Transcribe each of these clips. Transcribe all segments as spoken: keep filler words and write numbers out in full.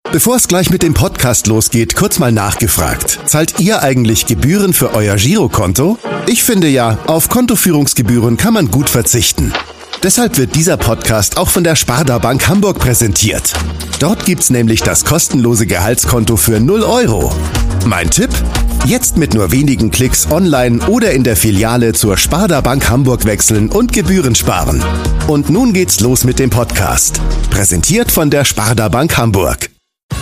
Bevor es gleich mit dem Podcast losgeht, kurz mal nachgefragt. Zahlt ihr eigentlich Gebühren für euer Girokonto? Ich finde ja, auf Kontoführungsgebühren kann man gut verzichten. Deshalb wird dieser Podcast auch von der Sparda Bank Hamburg präsentiert. Dort gibt's nämlich das kostenlose Gehaltskonto für null Euro. Mein Tipp? Jetzt mit nur wenigen Klicks online oder in der Filiale zur Sparda Bank Hamburg wechseln und Gebühren sparen. Und nun geht's los mit dem Podcast. Präsentiert von der Sparda Bank Hamburg.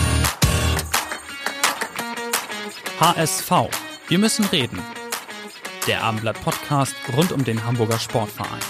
H S V. Wir müssen reden. Der Abendblatt-Podcast rund um den Hamburger Sportverein.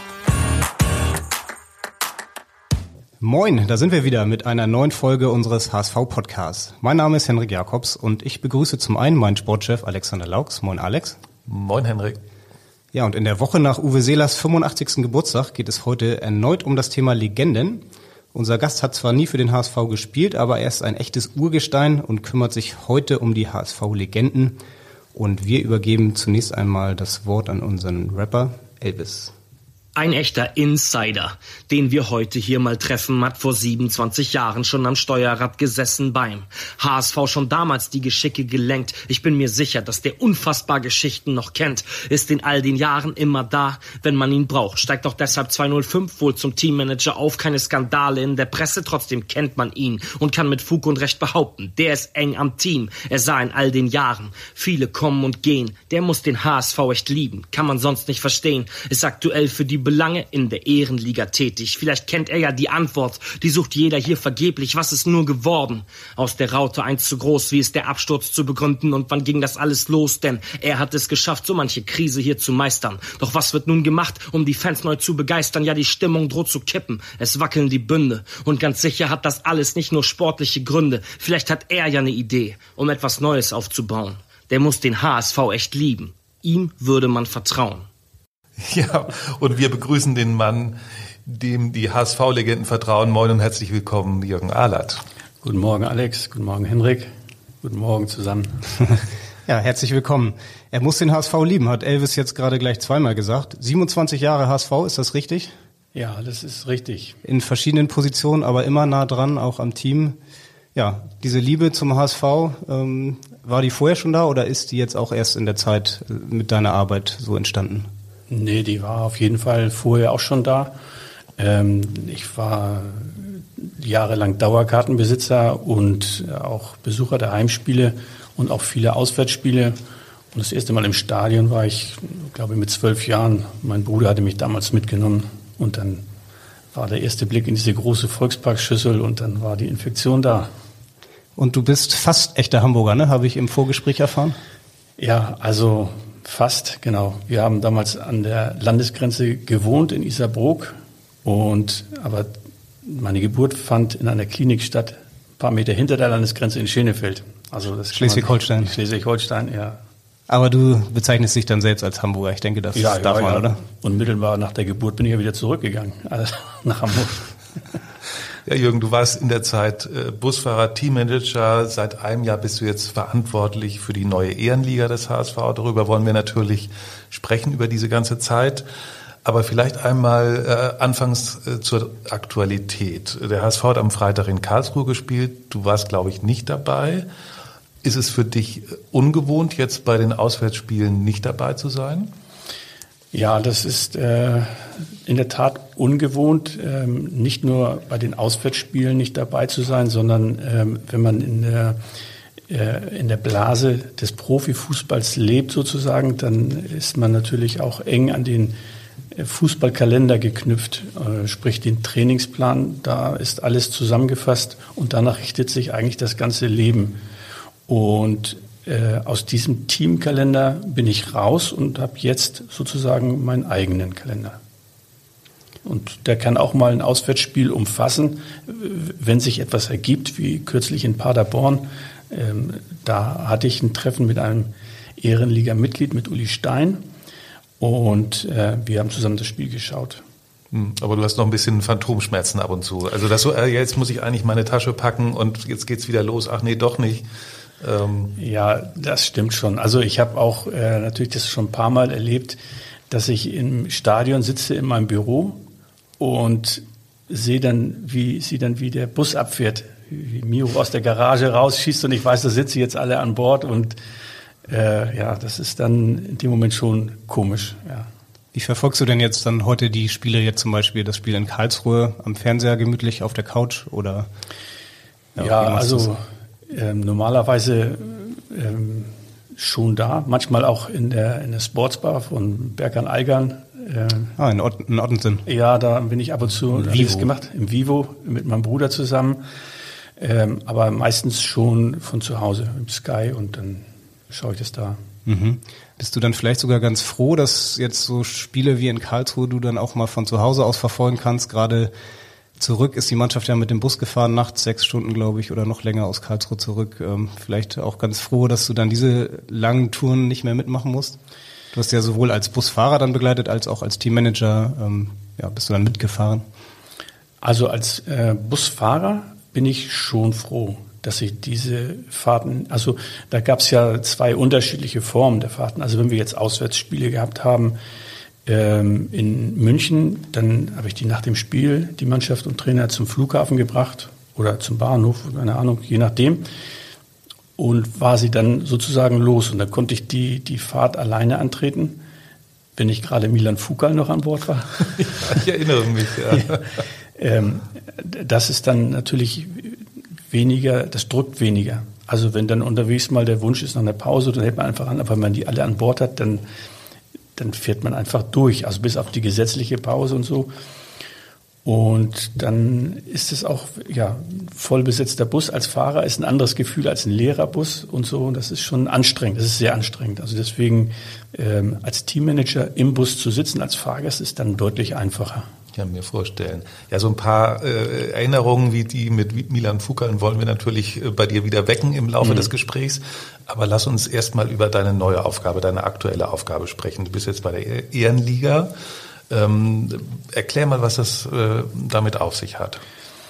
Moin, da sind wir wieder mit einer neuen Folge unseres H S V-Podcasts. Mein Name ist Henrik Jakobs und ich begrüße zum einen meinen Sportchef Alexander Laux. Moin Alex. Moin Henrik. Ja, und in der Woche nach Uwe Seelers fünfundachtzigsten Geburtstag geht es heute erneut um das Thema Legenden. Unser Gast hat zwar nie für den H S V gespielt, aber er ist ein echtes Urgestein und kümmert sich heute um die H S V-Legenden. Und wir übergeben zunächst einmal das Wort an unseren Rapper Elvis. Ein echter Insider, den wir heute hier mal treffen, hat vor siebenundzwanzig Jahren schon am Steuerrad gesessen beim H S V, schon damals die Geschicke gelenkt. Ich bin mir sicher, dass der unfassbar Geschichten noch kennt, ist in all den Jahren immer da, wenn man ihn braucht. Steigt auch deshalb zweihundertfünf wohl zum Teammanager auf, keine Skandale in der Presse, trotzdem kennt man ihn und kann mit Fug und Recht behaupten, der ist eng am Team. Er sah in all den Jahren viele kommen und gehen, der muss den H S V echt lieben, kann man sonst nicht verstehen, ist aktuell für die lange in der Ehrenliga tätig. Vielleicht kennt er ja die Antwort, die sucht jeder hier vergeblich. Was ist nur geworden? Aus der Raute eins zu groß, wie ist der Absturz zu begründen und wann ging das alles los? Denn er hat es geschafft, so manche Krise hier zu meistern. Doch was wird nun gemacht, um die Fans neu zu begeistern? Ja, die Stimmung droht zu kippen, es wackeln die Bünde. Und ganz sicher hat das alles nicht nur sportliche Gründe. Vielleicht hat er ja eine Idee, um etwas Neues aufzubauen. Der muss den H S V echt lieben. Ihm würde man vertrauen. Ja, und wir begrüßen den Mann, dem die H S V-Legenden vertrauen. Moin und herzlich willkommen, Jürgen Ahlert. Guten Morgen, Alex. Guten Morgen, Henrik. Guten Morgen zusammen. Ja, herzlich willkommen. Er muss den H S V lieben, hat Elvis jetzt gerade gleich zweimal gesagt. siebenundzwanzig Jahre H S V, ist das richtig? Ja, das ist richtig. In verschiedenen Positionen, aber immer nah dran, auch am Team. Ja, diese Liebe zum H S V, ähm, war die vorher schon da oder ist die jetzt auch erst in der Zeit mit deiner Arbeit so entstanden? Nee, die war auf jeden Fall vorher auch schon da. Ähm, ich war jahrelang Dauerkartenbesitzer und auch Besucher der Heimspiele und auch viele Auswärtsspiele. Und das erste Mal im Stadion war ich, glaube ich, mit zwölf Jahren. Mein Bruder hatte mich damals mitgenommen und dann war der erste Blick in diese große Volksparkschüssel und dann war die Infektion da. Und du bist fast echter Hamburger, ne? Habe ich im Vorgespräch erfahren? Ja, also fast, genau. Wir haben damals an der Landesgrenze gewohnt in Isarbrook und aber meine Geburt fand in einer Klinik statt, ein paar Meter hinter der Landesgrenze in Schenefeld. Also das Schleswig-Holstein. Schleswig-Holstein, ja. Aber du bezeichnest dich dann selbst als Hamburger. Ich denke, das ja, darf ja, man, ja. oder? Unmittelbar nach der Geburt bin ich ja wieder zurückgegangen, also nach Hamburg. Ja, Jürgen, du warst in der Zeit äh, Busfahrer, Teammanager. Seit einem Jahr bist du jetzt verantwortlich für die neue Ehrenliga des H S V. Darüber wollen wir natürlich sprechen, über diese ganze Zeit. Aber vielleicht einmal äh, anfangs äh, zur Aktualität. Der H S V hat am Freitag in Karlsruhe gespielt. Du warst, glaube ich, nicht dabei. Ist es für dich ungewohnt, jetzt bei den Auswärtsspielen nicht dabei zu sein? Ja, das ist äh, in der Tat ungewohnt, ähm, nicht nur bei den Auswärtsspielen nicht dabei zu sein, sondern ähm, wenn man in der, äh, in der Blase des Profifußballs lebt sozusagen, dann ist man natürlich auch eng an den Fußballkalender geknüpft, äh, sprich den Trainingsplan, da ist alles zusammengefasst und danach richtet sich eigentlich das ganze Leben. Und Äh, aus diesem Teamkalender bin ich raus und habe jetzt sozusagen meinen eigenen Kalender. Und der kann auch mal ein Auswärtsspiel umfassen, wenn sich etwas ergibt, wie kürzlich in Paderborn. Ähm, da hatte ich ein Treffen mit einem Ehrenliga-Mitglied, mit Uli Stein. Und äh, wir haben zusammen das Spiel geschaut. Aber du hast noch ein bisschen Phantomschmerzen ab und zu. Also das so, äh, jetzt muss ich eigentlich meine Tasche packen und jetzt geht's wieder los. Ach nee, doch nicht. Ähm. Ja, das stimmt schon. Also ich habe auch äh, natürlich das schon ein paar Mal erlebt, dass ich im Stadion sitze in meinem Büro und sehe dann, wie sie dann wie der Bus abfährt, wie Miro aus der Garage rausschießt und ich weiß, da sitzen jetzt alle an Bord und äh, ja, das ist dann in dem Moment schon komisch, ja. Wie verfolgst du denn jetzt dann heute die Spiele, jetzt zum Beispiel das Spiel in Karlsruhe am Fernseher gemütlich auf der Couch oder? Ja, ja also ähm, normalerweise ähm, schon da, manchmal auch in der in der Sportsbar von Berkan Algan. Äh, ah, in, Ott- in Ottensen. Ja, da bin ich ab und zu Vivo. gemacht, im Vivo mit meinem Bruder zusammen, ähm, aber meistens schon von zu Hause im Sky und dann schaue ich das da. Mhm. Bist du dann vielleicht sogar ganz froh, dass jetzt so Spiele wie in Karlsruhe du dann auch mal von zu Hause aus verfolgen kannst? Gerade zurück ist die Mannschaft ja mit dem Bus gefahren, nachts sechs Stunden, glaube ich, oder noch länger aus Karlsruhe zurück. Ähm, vielleicht auch ganz froh, dass du dann diese langen Touren nicht mehr mitmachen musst? Du hast ja sowohl als Busfahrer dann begleitet, als auch als Teammanager, ähm, ja, bist du dann mitgefahren? Also als äh, Busfahrer bin ich schon froh, dass ich diese Fahrten, also da gab es ja zwei unterschiedliche Formen der Fahrten. Also wenn wir jetzt Auswärtsspiele gehabt haben ähm, in München, dann habe ich die nach dem Spiel, die Mannschaft und Trainer zum Flughafen gebracht oder zum Bahnhof, keine Ahnung, je nachdem. Und war sie dann sozusagen los. Und dann konnte ich die, die Fahrt alleine antreten, wenn nicht gerade Milan Fukal noch an Bord war. Ja, ich erinnere mich, ja. ja ähm, das ist dann natürlich weniger, das drückt weniger. Also wenn dann unterwegs mal der Wunsch ist nach einer Pause, dann hält man einfach an, aber wenn man die alle an Bord hat, dann, dann fährt man einfach durch, also bis auf die gesetzliche Pause und so. Und dann ist es auch, ja, voll besetzter Bus als Fahrer ist ein anderes Gefühl als ein leerer Bus und so. Und das ist schon anstrengend, das ist sehr anstrengend. Also deswegen ähm, als Teammanager im Bus zu sitzen, als Fahrgast ist dann deutlich einfacher. Ich kann mir vorstellen. Ja, so ein paar äh, Erinnerungen wie die mit Milan Fukal wollen wir natürlich äh, bei dir wieder wecken im Laufe mhm. des Gesprächs. Aber lass uns erstmal über deine neue Aufgabe, deine aktuelle Aufgabe sprechen. Du bist jetzt bei der Ehrenliga. Ähm, erklär mal, was das äh, damit auf sich hat.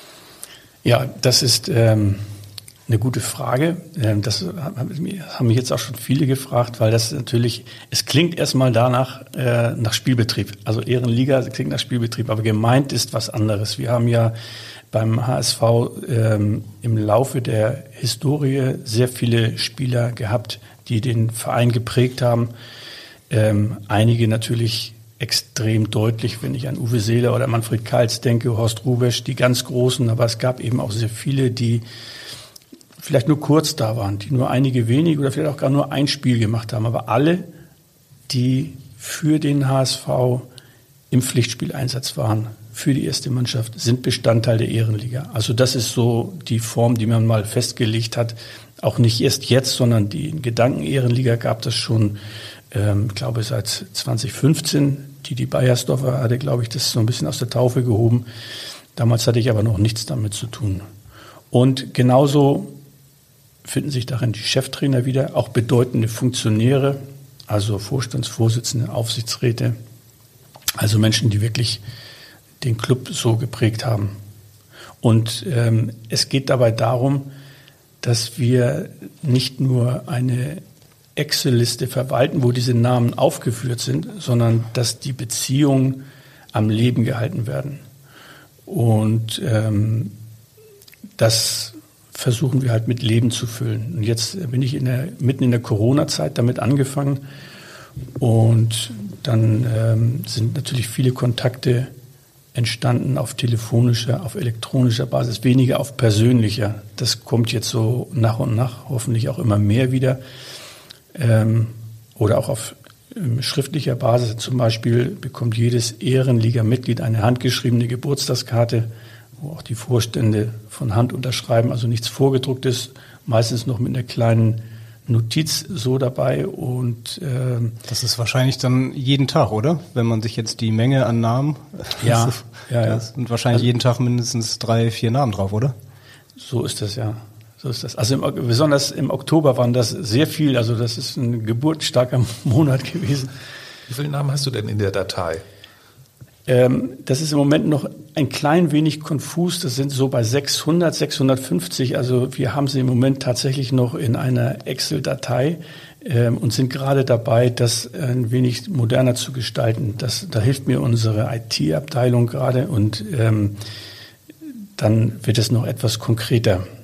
Ja, das ist ähm, eine gute Frage. Ähm, das haben mich jetzt auch schon viele gefragt, weil das natürlich, es klingt erstmal danach äh, nach Spielbetrieb. Also Ehrenliga klingt nach Spielbetrieb, aber gemeint ist was anderes. Wir haben ja beim H S V ähm, im Laufe der Historie sehr viele Spieler gehabt, die den Verein geprägt haben. Ähm, einige natürlich extrem deutlich, wenn ich an Uwe Seeler oder Manfred Kals denke, Horst Rubesch, die ganz Großen, aber es gab eben auch sehr viele, die vielleicht nur kurz da waren, die nur einige wenige oder vielleicht auch gar nur ein Spiel gemacht haben, aber alle, die für den H S V im Pflichtspieleinsatz waren, für die erste Mannschaft, sind Bestandteil der Ehrenliga. Also das ist so die Form, die man mal festgelegt hat, auch nicht erst jetzt, sondern die Gedanken Ehrenliga gab das schon, ähm, ich glaube seit zwanzig fünfzehn, die die Beiersdorfer hatte, glaube ich, das so ein bisschen aus der Taufe gehoben. Damals hatte ich aber noch nichts damit zu tun. Und genauso finden sich darin die Cheftrainer wieder, auch bedeutende Funktionäre, also Vorstandsvorsitzende, Aufsichtsräte, also Menschen, die wirklich den Club so geprägt haben. Und ähm, es geht dabei darum, dass wir nicht nur eine Excel-Liste verwalten, wo diese Namen aufgeführt sind, sondern dass die Beziehungen am Leben gehalten werden. Und ähm, das versuchen wir halt mit Leben zu füllen. Und jetzt bin ich in der, mitten in der Corona-Zeit damit angefangen und dann ähm, sind natürlich viele Kontakte entstanden auf telefonischer, auf elektronischer Basis, weniger auf persönlicher. Das kommt jetzt so nach und nach, hoffentlich auch immer mehr wieder. Ähm, oder auch auf ähm, schriftlicher Basis. Zum Beispiel bekommt jedes Ehrenliga-Mitglied eine handgeschriebene Geburtstagskarte, wo auch die Vorstände von Hand unterschreiben, also nichts Vorgedrucktes, meistens noch mit einer kleinen Notiz so dabei. Und ähm, das ist wahrscheinlich dann jeden Tag, oder? Wenn man sich jetzt die Menge an Namen, ja, das, ja, ja. Das sind wahrscheinlich also, jeden Tag mindestens drei, vier Namen drauf, oder? So ist das, ja. So ist das. Also im, besonders im Oktober waren das sehr viel. Also das ist ein geburtsstarker Monat gewesen. Wie viele Namen hast du denn in der Datei? Ähm, das ist im Moment noch ein klein wenig konfus. Das sind so bei sechshundert, sechshundertfünfzig. Also wir haben sie im Moment tatsächlich noch in einer Excel-Datei ähm, und sind gerade dabei, das ein wenig moderner zu gestalten. Das, da hilft mir unsere I T-Abteilung gerade und ähm, dann wird es noch etwas konkreter.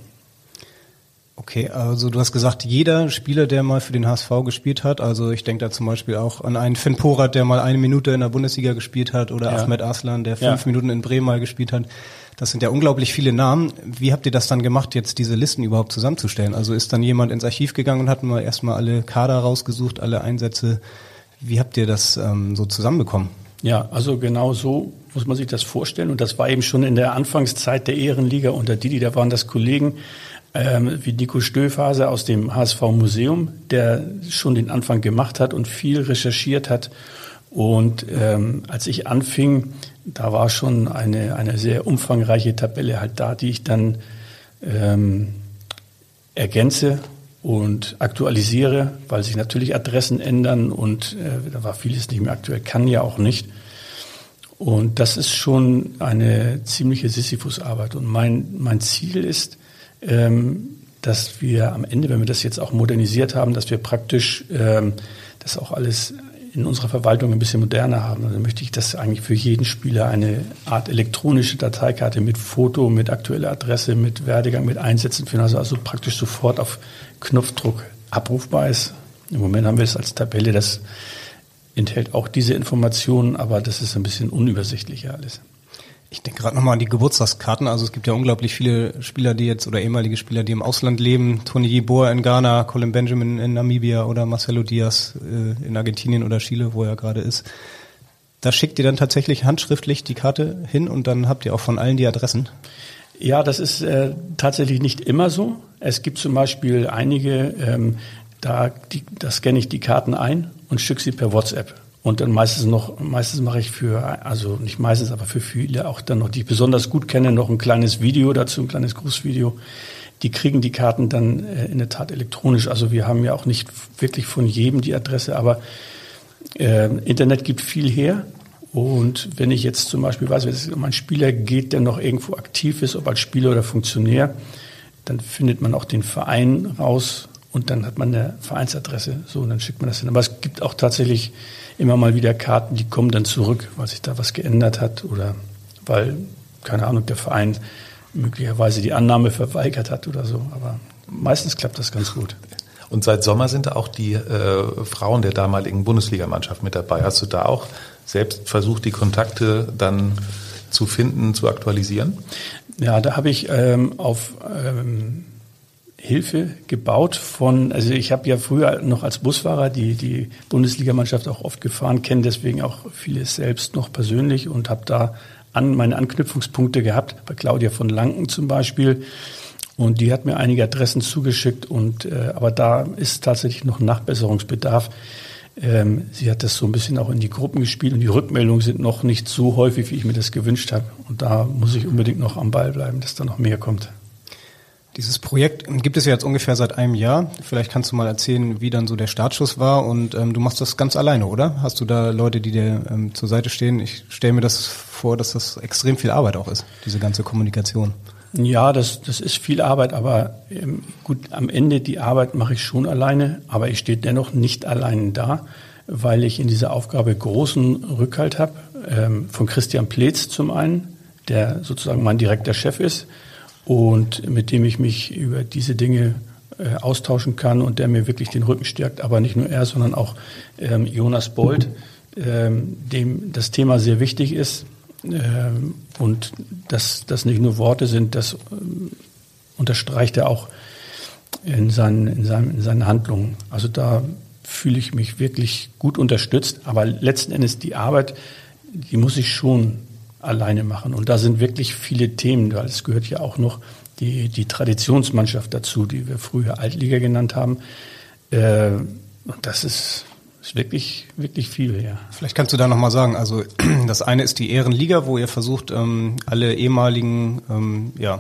Okay, also du hast gesagt, jeder Spieler, der mal für den H S V gespielt hat, also ich denke da zum Beispiel auch an einen Finn Porat, der mal eine Minute in der Bundesliga gespielt hat, oder ja. Ahmed Arslan, der fünf ja. Minuten in Bremen mal gespielt hat. Das sind ja unglaublich viele Namen. Wie habt ihr das dann gemacht, jetzt diese Listen überhaupt zusammenzustellen? Also ist dann jemand ins Archiv gegangen und hat mal erstmal alle Kader rausgesucht, alle Einsätze. Wie habt ihr das ähm, so zusammenbekommen? Ja, also genau so muss man sich das vorstellen. Und das war eben schon in der Anfangszeit der Ehrenliga unter Didi, da waren das Kollegen, Ähm, wie Nico Stöfhase aus dem H S V-Museum, der schon den Anfang gemacht hat und viel recherchiert hat. Und ähm, als ich anfing, da war schon eine, eine sehr umfangreiche Tabelle halt da, die ich dann ähm, ergänze und aktualisiere, weil sich natürlich Adressen ändern und äh, da war vieles nicht mehr aktuell, kann ja auch nicht. Und das ist schon eine ziemliche Sisyphusarbeit. Und mein, mein Ziel ist, dass wir am Ende, wenn wir das jetzt auch modernisiert haben, dass wir praktisch ähm, das auch alles in unserer Verwaltung ein bisschen moderner haben. Also möchte ich, dass eigentlich für jeden Spieler eine Art elektronische Dateikarte mit Foto, mit aktueller Adresse, mit Werdegang, mit Einsätzen für also, also praktisch sofort auf Knopfdruck abrufbar ist. Im Moment haben wir es als Tabelle, das enthält auch diese Informationen, aber das ist ein bisschen unübersichtlicher alles. Ich denke gerade nochmal an die Geburtstagskarten. Also es gibt ja unglaublich viele Spieler, die jetzt oder ehemalige Spieler, die im Ausland leben. Tony Yeboah in Ghana, Colin Benjamin in Namibia oder Marcelo Diaz äh, in Argentinien oder Chile, wo er gerade ist. Da schickt ihr dann tatsächlich handschriftlich die Karte hin und dann habt ihr auch von allen die Adressen? Ja, das ist äh, tatsächlich nicht immer so. Es gibt zum Beispiel einige, ähm, da, die, da scanne ich die Karten ein und schicke sie per WhatsApp. Und dann meistens noch, meistens mache ich für, also nicht meistens, aber für viele auch dann noch, die ich besonders gut kenne, noch ein kleines Video dazu, ein kleines Grußvideo. Die kriegen die Karten dann äh, in der Tat elektronisch. Also wir haben ja auch nicht wirklich von jedem die Adresse, aber äh, Internet gibt viel her. Und wenn ich jetzt zum Beispiel weiß, wenn es um einen Spieler geht, der noch irgendwo aktiv ist, ob als Spieler oder Funktionär, dann findet man auch den Verein raus und dann hat man eine Vereinsadresse. So, und dann schickt man das hin. Aber es gibt auch tatsächlich immer mal wieder Karten, die kommen dann zurück, weil sich da was geändert hat oder weil, keine Ahnung, der Verein möglicherweise die Annahme verweigert hat oder so. Aber meistens klappt das ganz gut. Und seit Sommer sind da auch die äh, Frauen der damaligen Bundesligamannschaft mit dabei. Hast du da auch selbst versucht, die Kontakte dann zu finden, zu aktualisieren? Ja, da habe ich ähm, auf ähm, Hilfe gebaut von, also ich habe ja früher noch als Busfahrer die, die Bundesligamannschaft auch oft gefahren, kenne deswegen auch vieles selbst noch persönlich und habe da an meine Anknüpfungspunkte gehabt, bei Claudia von Lanken zum Beispiel. Und die hat mir einige Adressen zugeschickt und äh, aber da ist tatsächlich noch Nachbesserungsbedarf. Ähm, sie hat das so ein bisschen auch in die Gruppen gespielt und die Rückmeldungen sind noch nicht so häufig, wie ich mir das gewünscht habe. Und da muss ich unbedingt noch am Ball bleiben, dass da noch mehr kommt. Dieses Projekt gibt es ja jetzt ungefähr seit einem Jahr. Vielleicht kannst du mal erzählen, wie dann so der Startschuss war. Und ähm, du machst das ganz alleine, oder? Hast du da Leute, die dir ähm, zur Seite stehen? Ich stelle mir das vor, dass das extrem viel Arbeit auch ist, diese ganze Kommunikation. Ja, das, das ist viel Arbeit, aber ähm, gut, am Ende die Arbeit mache ich schon alleine, aber ich stehe dennoch nicht allein da, weil ich in dieser Aufgabe großen Rückhalt habe, ähm, von Christian Pletz zum einen, der sozusagen mein direkter Chef ist und mit dem ich mich über diese Dinge äh, austauschen kann und der mir wirklich den Rücken stärkt, aber nicht nur er, sondern auch ähm, Jonas Bold, ähm, dem das Thema sehr wichtig ist. Ähm, und dass das nicht nur Worte sind, das ähm, unterstreicht er auch in seinen, in, seinen, in seinen Handlungen. Also da fühle ich mich wirklich gut unterstützt, aber letzten Endes die Arbeit, die muss ich schon alleine machen. Und da sind wirklich viele Themen, weil es gehört ja auch noch die, die Traditionsmannschaft dazu, die wir früher Altliga genannt haben. Äh, und das ist... Das ist wirklich, wirklich viel, ja. Vielleicht kannst du da nochmal sagen, also das eine ist die Ehrenliga, wo ihr versucht, ähm, alle ehemaligen, ähm, ja,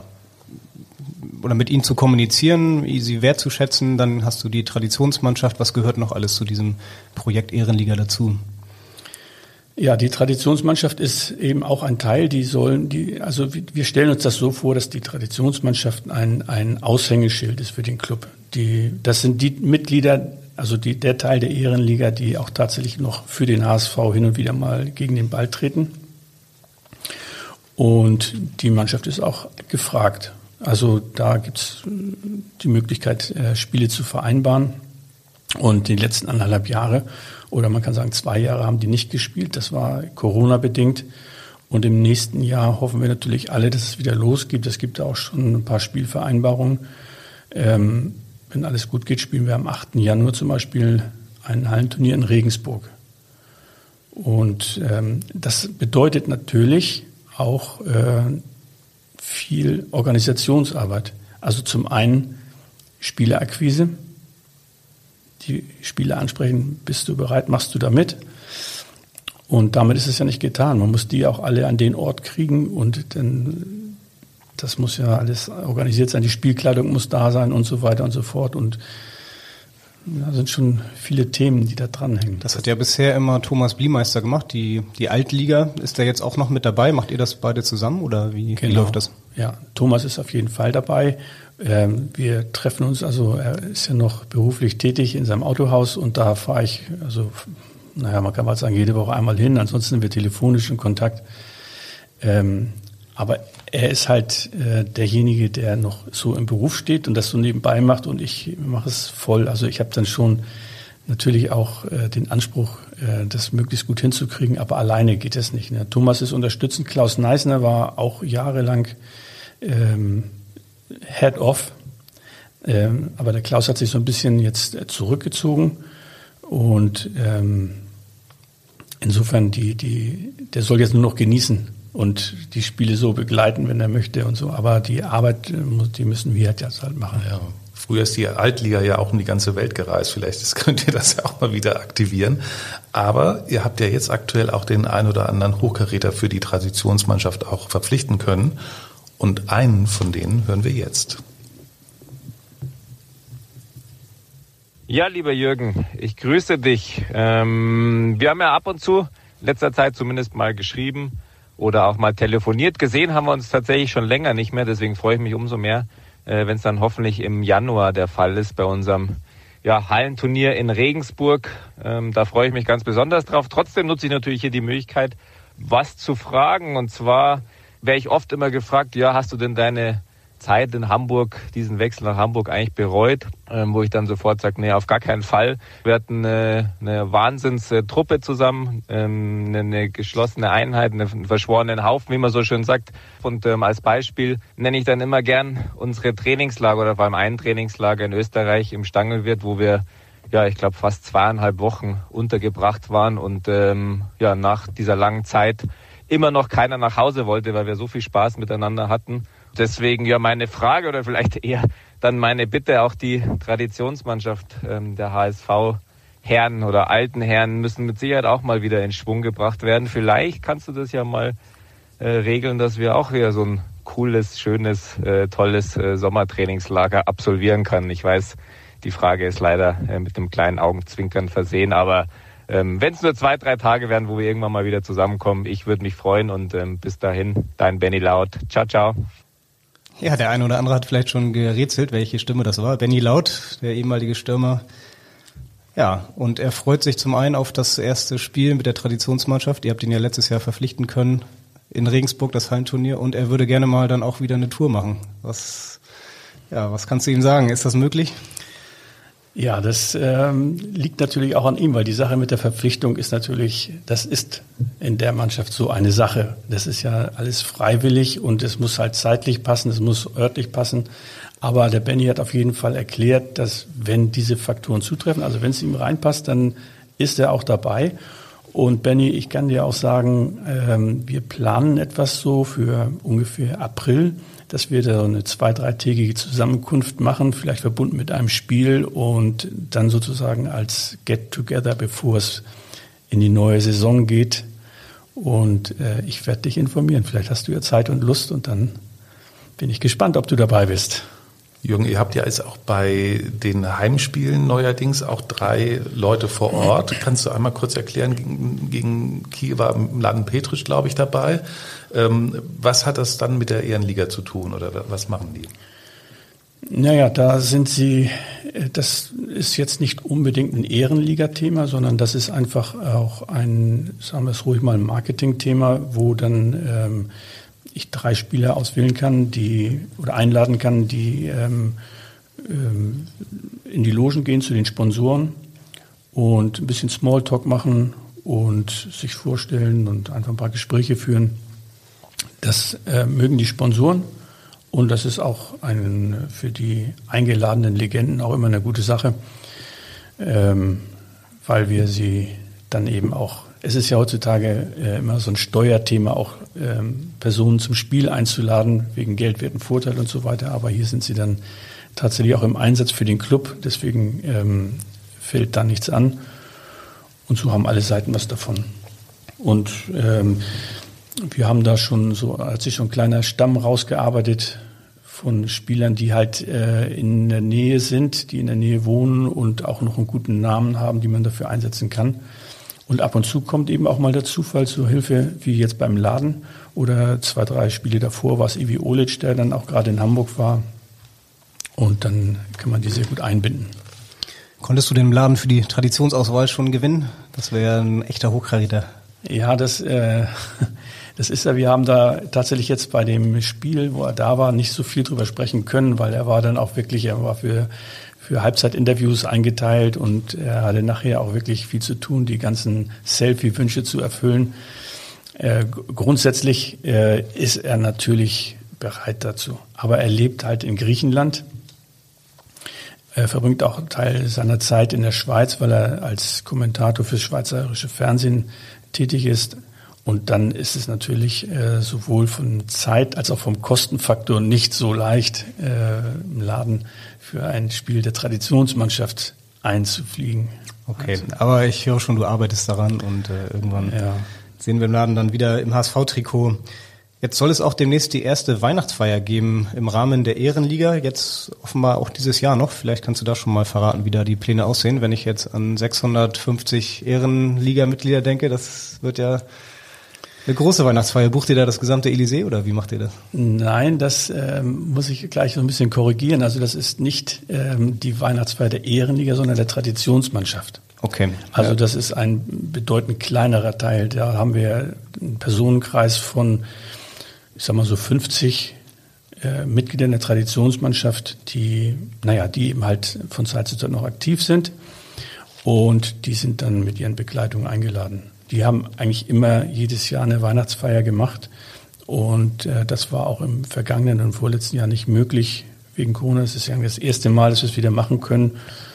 oder mit ihnen zu kommunizieren, sie wertzuschätzen. Dann hast du die Traditionsmannschaft. Was gehört noch alles zu diesem Projekt Ehrenliga dazu? Ja, die Traditionsmannschaft ist eben auch ein Teil, die sollen, die, also wir stellen uns das so vor, dass die Traditionsmannschaft ein, ein Aushängeschild ist für den Club. Die, das sind die Mitglieder, also die, der Teil der Ehrenliga, die auch tatsächlich noch für den H S V hin und wieder mal gegen den Ball treten. Und die Mannschaft ist auch gefragt. Also da gibt es die Möglichkeit, äh, Spiele zu vereinbaren. Und die letzten anderthalb Jahre, oder man kann sagen zwei Jahre, haben die nicht gespielt. Das war Corona-bedingt. Und im nächsten Jahr hoffen wir natürlich alle, dass es wieder losgeht. Es gibt auch schon ein paar Spielvereinbarungen. Ähm, wenn alles gut geht, spielen wir am achten Januar zum Beispiel ein Hallenturnier in Regensburg. Und ähm, das bedeutet natürlich auch äh, viel Organisationsarbeit. Also zum einen Spielerakquise, die Spieler ansprechen, bist du bereit, machst du da mit? Und damit ist es ja nicht getan. Man muss die auch alle an den Ort kriegen und dann, das muss ja alles organisiert sein, die Spielkleidung muss da sein und so weiter und so fort. Und da sind schon viele Themen, die da dranhängen. Das hat ja bisher immer Thomas Bliemeister gemacht, die, die Altliga. Ist der jetzt auch noch mit dabei? Macht ihr das beide zusammen oder wie, genau. wie läuft das? Ja, Thomas ist auf jeden Fall dabei. Ähm, wir treffen uns, also er ist ja noch beruflich tätig in seinem Autohaus und da fahre ich, also naja, man kann mal sagen, jede Woche einmal hin, ansonsten sind wir telefonisch in Kontakt. Ähm, aber er ist halt äh, derjenige, der noch so im Beruf steht und das so nebenbei macht und ich mache es voll. Also ich habe dann schon natürlich auch äh, den Anspruch, äh, das möglichst gut hinzukriegen, aber alleine geht es nicht. Ne? Thomas ist unterstützend. Klaus Neisner war auch jahrelang ähm, Head-Off, ähm, aber der Klaus hat sich so ein bisschen jetzt zurückgezogen und ähm, insofern, die, die, der soll jetzt nur noch genießen und die Spiele so begleiten, wenn er möchte und so. Aber die Arbeit, die müssen wir jetzt halt machen. Ja. Früher ist die Altliga ja auch in die ganze Welt gereist. Vielleicht könnt ihr das ja auch mal wieder aktivieren. Aber ihr habt ja jetzt aktuell auch den ein oder anderen Hochkaräter für die Traditionsmannschaft auch verpflichten können. Und einen von denen hören wir jetzt. Ja, lieber Jürgen, ich grüße dich. Ähm, wir haben ja ab und zu, in letzter Zeit zumindest mal geschrieben oder auch mal telefoniert. Gesehen haben wir uns tatsächlich schon länger nicht mehr, deswegen freue ich mich umso mehr, äh, wenn es dann hoffentlich im Januar der Fall ist bei unserem ja, Hallenturnier in Regensburg. Ähm, da freue ich mich ganz besonders drauf. Trotzdem nutze ich natürlich hier die Möglichkeit, was zu fragen. Und zwar wäre ich oft immer gefragt, ja, hast du denn deine Zeit in Hamburg, diesen Wechsel nach Hamburg eigentlich bereut, ähm, wo ich dann sofort sage, nee, auf gar keinen Fall. Wir hatten eine, eine Wahnsinnstruppe zusammen, ähm, eine, eine geschlossene Einheit, einen verschworenen Haufen, wie man so schön sagt. Und ähm, als Beispiel nenne ich dann immer gern unsere Trainingslager oder vor allem ein Trainingslager in Österreich im Stangelwirt, wo wir, ja, ich glaube, fast zweieinhalb Wochen untergebracht waren und ähm, ja, nach dieser langen Zeit immer noch keiner nach Hause wollte, weil wir so viel Spaß miteinander hatten. Deswegen ja meine Frage oder vielleicht eher dann meine Bitte, auch die Traditionsmannschaft ähm, der H S V-Herren oder alten Herren müssen mit Sicherheit auch mal wieder in Schwung gebracht werden. Vielleicht kannst du das ja mal äh, regeln, dass wir auch wieder so ein cooles, schönes, äh, tolles äh, Sommertrainingslager absolvieren können. Ich weiß, die Frage ist leider äh, mit einem kleinen Augenzwinkern versehen, aber ähm, wenn es nur zwei, drei Tage werden, wo wir irgendwann mal wieder zusammenkommen, ich würde mich freuen und ähm, bis dahin, dein Benny Laut. Ciao, ciao. Ja, der eine oder andere hat vielleicht schon gerätselt, welche Stimme das war. Benny Laut, der ehemalige Stürmer. Ja, und er freut sich zum einen auf das erste Spiel mit der Traditionsmannschaft. Ihr habt ihn ja letztes Jahr verpflichten können in Regensburg, das Hallenturnier. Und er würde gerne mal dann auch wieder eine Tour machen. Was, ja, was kannst du ihm sagen? Ist das möglich? Ja, das ähm, liegt natürlich auch an ihm, weil die Sache mit der Verpflichtung ist natürlich, das ist in der Mannschaft so eine Sache. Das ist ja alles freiwillig und es muss halt zeitlich passen, es muss örtlich passen. Aber der Benny hat auf jeden Fall erklärt, dass wenn diese Faktoren zutreffen, also wenn es ihm reinpasst, dann ist er auch dabei. Und Benny, ich kann dir auch sagen, ähm, wir planen etwas so für ungefähr April, dass wir da eine zwei-, dreitägige Zusammenkunft machen, vielleicht verbunden mit einem Spiel und dann sozusagen als Get-Together, bevor es in die neue Saison geht. Und äh, ich werde dich informieren. Vielleicht hast du ja Zeit und Lust und dann bin ich gespannt, ob du dabei bist. Jürgen, ihr habt ja jetzt auch bei den Heimspielen neuerdings auch drei Leute vor Ort. Kannst du einmal kurz erklären, gegen, gegen Kiel war Mladen Petric, glaube ich, dabei. Ähm, was hat das dann mit der Ehrenliga zu tun oder was machen die? Naja, da sind sie, das ist jetzt nicht unbedingt ein Ehrenliga-Thema, sondern das ist einfach auch ein, sagen wir es ruhig mal, ein Marketing-Thema, wo dann ähm, ich drei Spieler auswählen kann, die oder einladen kann, die ähm, ähm, in die Logen gehen zu den Sponsoren und ein bisschen Smalltalk machen und sich vorstellen und einfach ein paar Gespräche führen. Das äh, mögen die Sponsoren und das ist auch ein, für die eingeladenen Legenden auch immer eine gute Sache, ähm, weil wir sie dann eben auch, es ist ja heutzutage äh, immer so ein Steuerthema, auch ähm, Personen zum Spiel einzuladen, wegen geldwerten Vorteil und so weiter, aber hier sind sie dann tatsächlich auch im Einsatz für den Club, deswegen ähm, fällt da nichts an und so haben alle Seiten was davon. Und ähm, wir haben da schon so, hat sich schon ein kleiner Stamm rausgearbeitet von Spielern, die halt äh, in der Nähe sind, die in der Nähe wohnen und auch noch einen guten Namen haben, die man dafür einsetzen kann. Und ab und zu kommt eben auch mal der Zufall zur Hilfe, wie jetzt beim Laden oder zwei, drei Spiele davor war es Ivi Olic, der dann auch gerade in Hamburg war. Und dann kann man die sehr gut einbinden. Konntest du den Laden für die Traditionsauswahl schon gewinnen? Das wäre ja ein echter Hochkaräter. Ja, das, äh, das ist ja, wir haben da tatsächlich jetzt bei dem Spiel, wo er da war, nicht so viel drüber sprechen können, weil er war dann auch wirklich, er war für, für Halbzeitinterviews eingeteilt und er hatte nachher auch wirklich viel zu tun, die ganzen Selfie-Wünsche zu erfüllen. Äh, grundsätzlich äh, ist er natürlich bereit dazu, aber er lebt halt in Griechenland. Er verbringt auch einen Teil seiner Zeit in der Schweiz, weil er als Kommentator fürs schweizerische Fernsehen tätig ist. Und dann ist es natürlich äh, sowohl von Zeit als auch vom Kostenfaktor nicht so leicht, äh, im Laden für ein Spiel der Traditionsmannschaft einzufliegen. Okay, also, aber ich höre schon, du arbeitest daran und äh, irgendwann ja. sehen wir im Laden dann wieder im H S V-Trikot. Jetzt soll es auch demnächst die erste Weihnachtsfeier geben im Rahmen der Ehrenliga. Jetzt offenbar auch dieses Jahr noch. Vielleicht kannst du da schon mal verraten, wie da die Pläne aussehen. Wenn ich jetzt an sechshundertfünfzig Ehrenliga-Mitglieder denke, das wird ja eine große Weihnachtsfeier. Bucht ihr da das gesamte Elysée oder wie macht ihr das? Nein, das ähm, muss ich gleich so ein bisschen korrigieren. Also das ist nicht ähm, die Weihnachtsfeier der Ehrenliga, sondern der Traditionsmannschaft. Okay. Also ja. das ist ein bedeutend kleinerer Teil. Da haben wir einen Personenkreis von, ich sag mal so fünfzig äh, Mitglieder der Traditionsmannschaft, die, naja, die eben halt von Zeit zu Zeit noch aktiv sind und die sind dann mit ihren Begleitungen eingeladen. Die haben eigentlich immer jedes Jahr eine Weihnachtsfeier gemacht und äh, das war auch im vergangenen und vorletzten Jahr nicht möglich wegen Corona. Es ist ja das erste Mal, dass wir es wieder machen können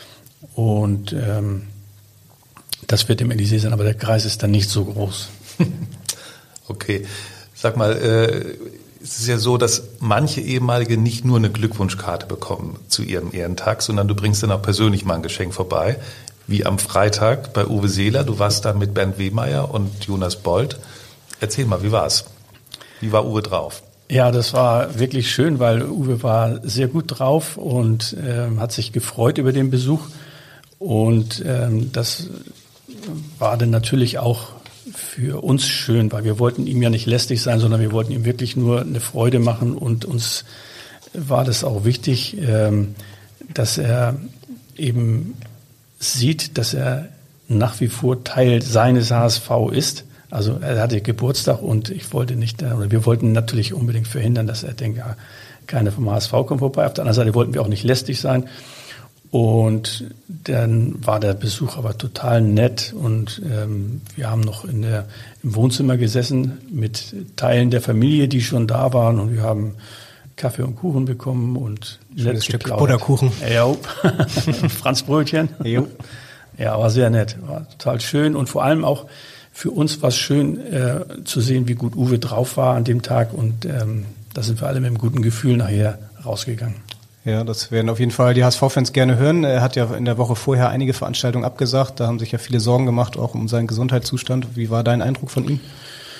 und ähm, das wird im Elysée sein, aber der Kreis ist dann nicht so groß. Okay. Sag mal, äh, es ist ja so, dass manche Ehemalige nicht nur eine Glückwunschkarte bekommen zu ihrem Ehrentag, sondern du bringst dann auch persönlich mal ein Geschenk vorbei, wie am Freitag bei Uwe Seeler. Du warst da mit Bernd Wehmeier und Jonas Bold. Erzähl mal, wie war's? Wie war Uwe drauf? Ja, das war wirklich schön, weil Uwe war sehr gut drauf und äh, hat sich gefreut über den Besuch. Und ähm, das war dann natürlich auch für uns schön, weil wir wollten ihm ja nicht lästig sein, sondern wir wollten ihm wirklich nur eine Freude machen und uns war das auch wichtig, ähm, dass er eben sieht, dass er nach wie vor Teil seines H S V ist. Also er hatte Geburtstag und ich wollte nicht, oder wir wollten natürlich unbedingt verhindern, dass er denkt, ja, keiner vom H S V kommt vorbei. Auf der anderen Seite wollten wir auch nicht lästig sein. Und dann war der Besuch aber total nett und ähm, wir haben noch in der, im Wohnzimmer gesessen mit Teilen der Familie, die schon da waren und wir haben Kaffee und Kuchen bekommen und ein Stück Butterkuchen. Ja, Franzbrötchen. Jo. Ja, war sehr nett, war total schön und vor allem auch für uns war es schön äh, zu sehen, wie gut Uwe drauf war an dem Tag und ähm, da sind wir alle mit einem guten Gefühl nachher rausgegangen. Ja, das werden auf jeden Fall die H S V-Fans gerne hören. Er hat ja in der Woche vorher einige Veranstaltungen abgesagt. Da haben sich ja viele Sorgen gemacht, auch um seinen Gesundheitszustand. Wie war dein Eindruck von ihm?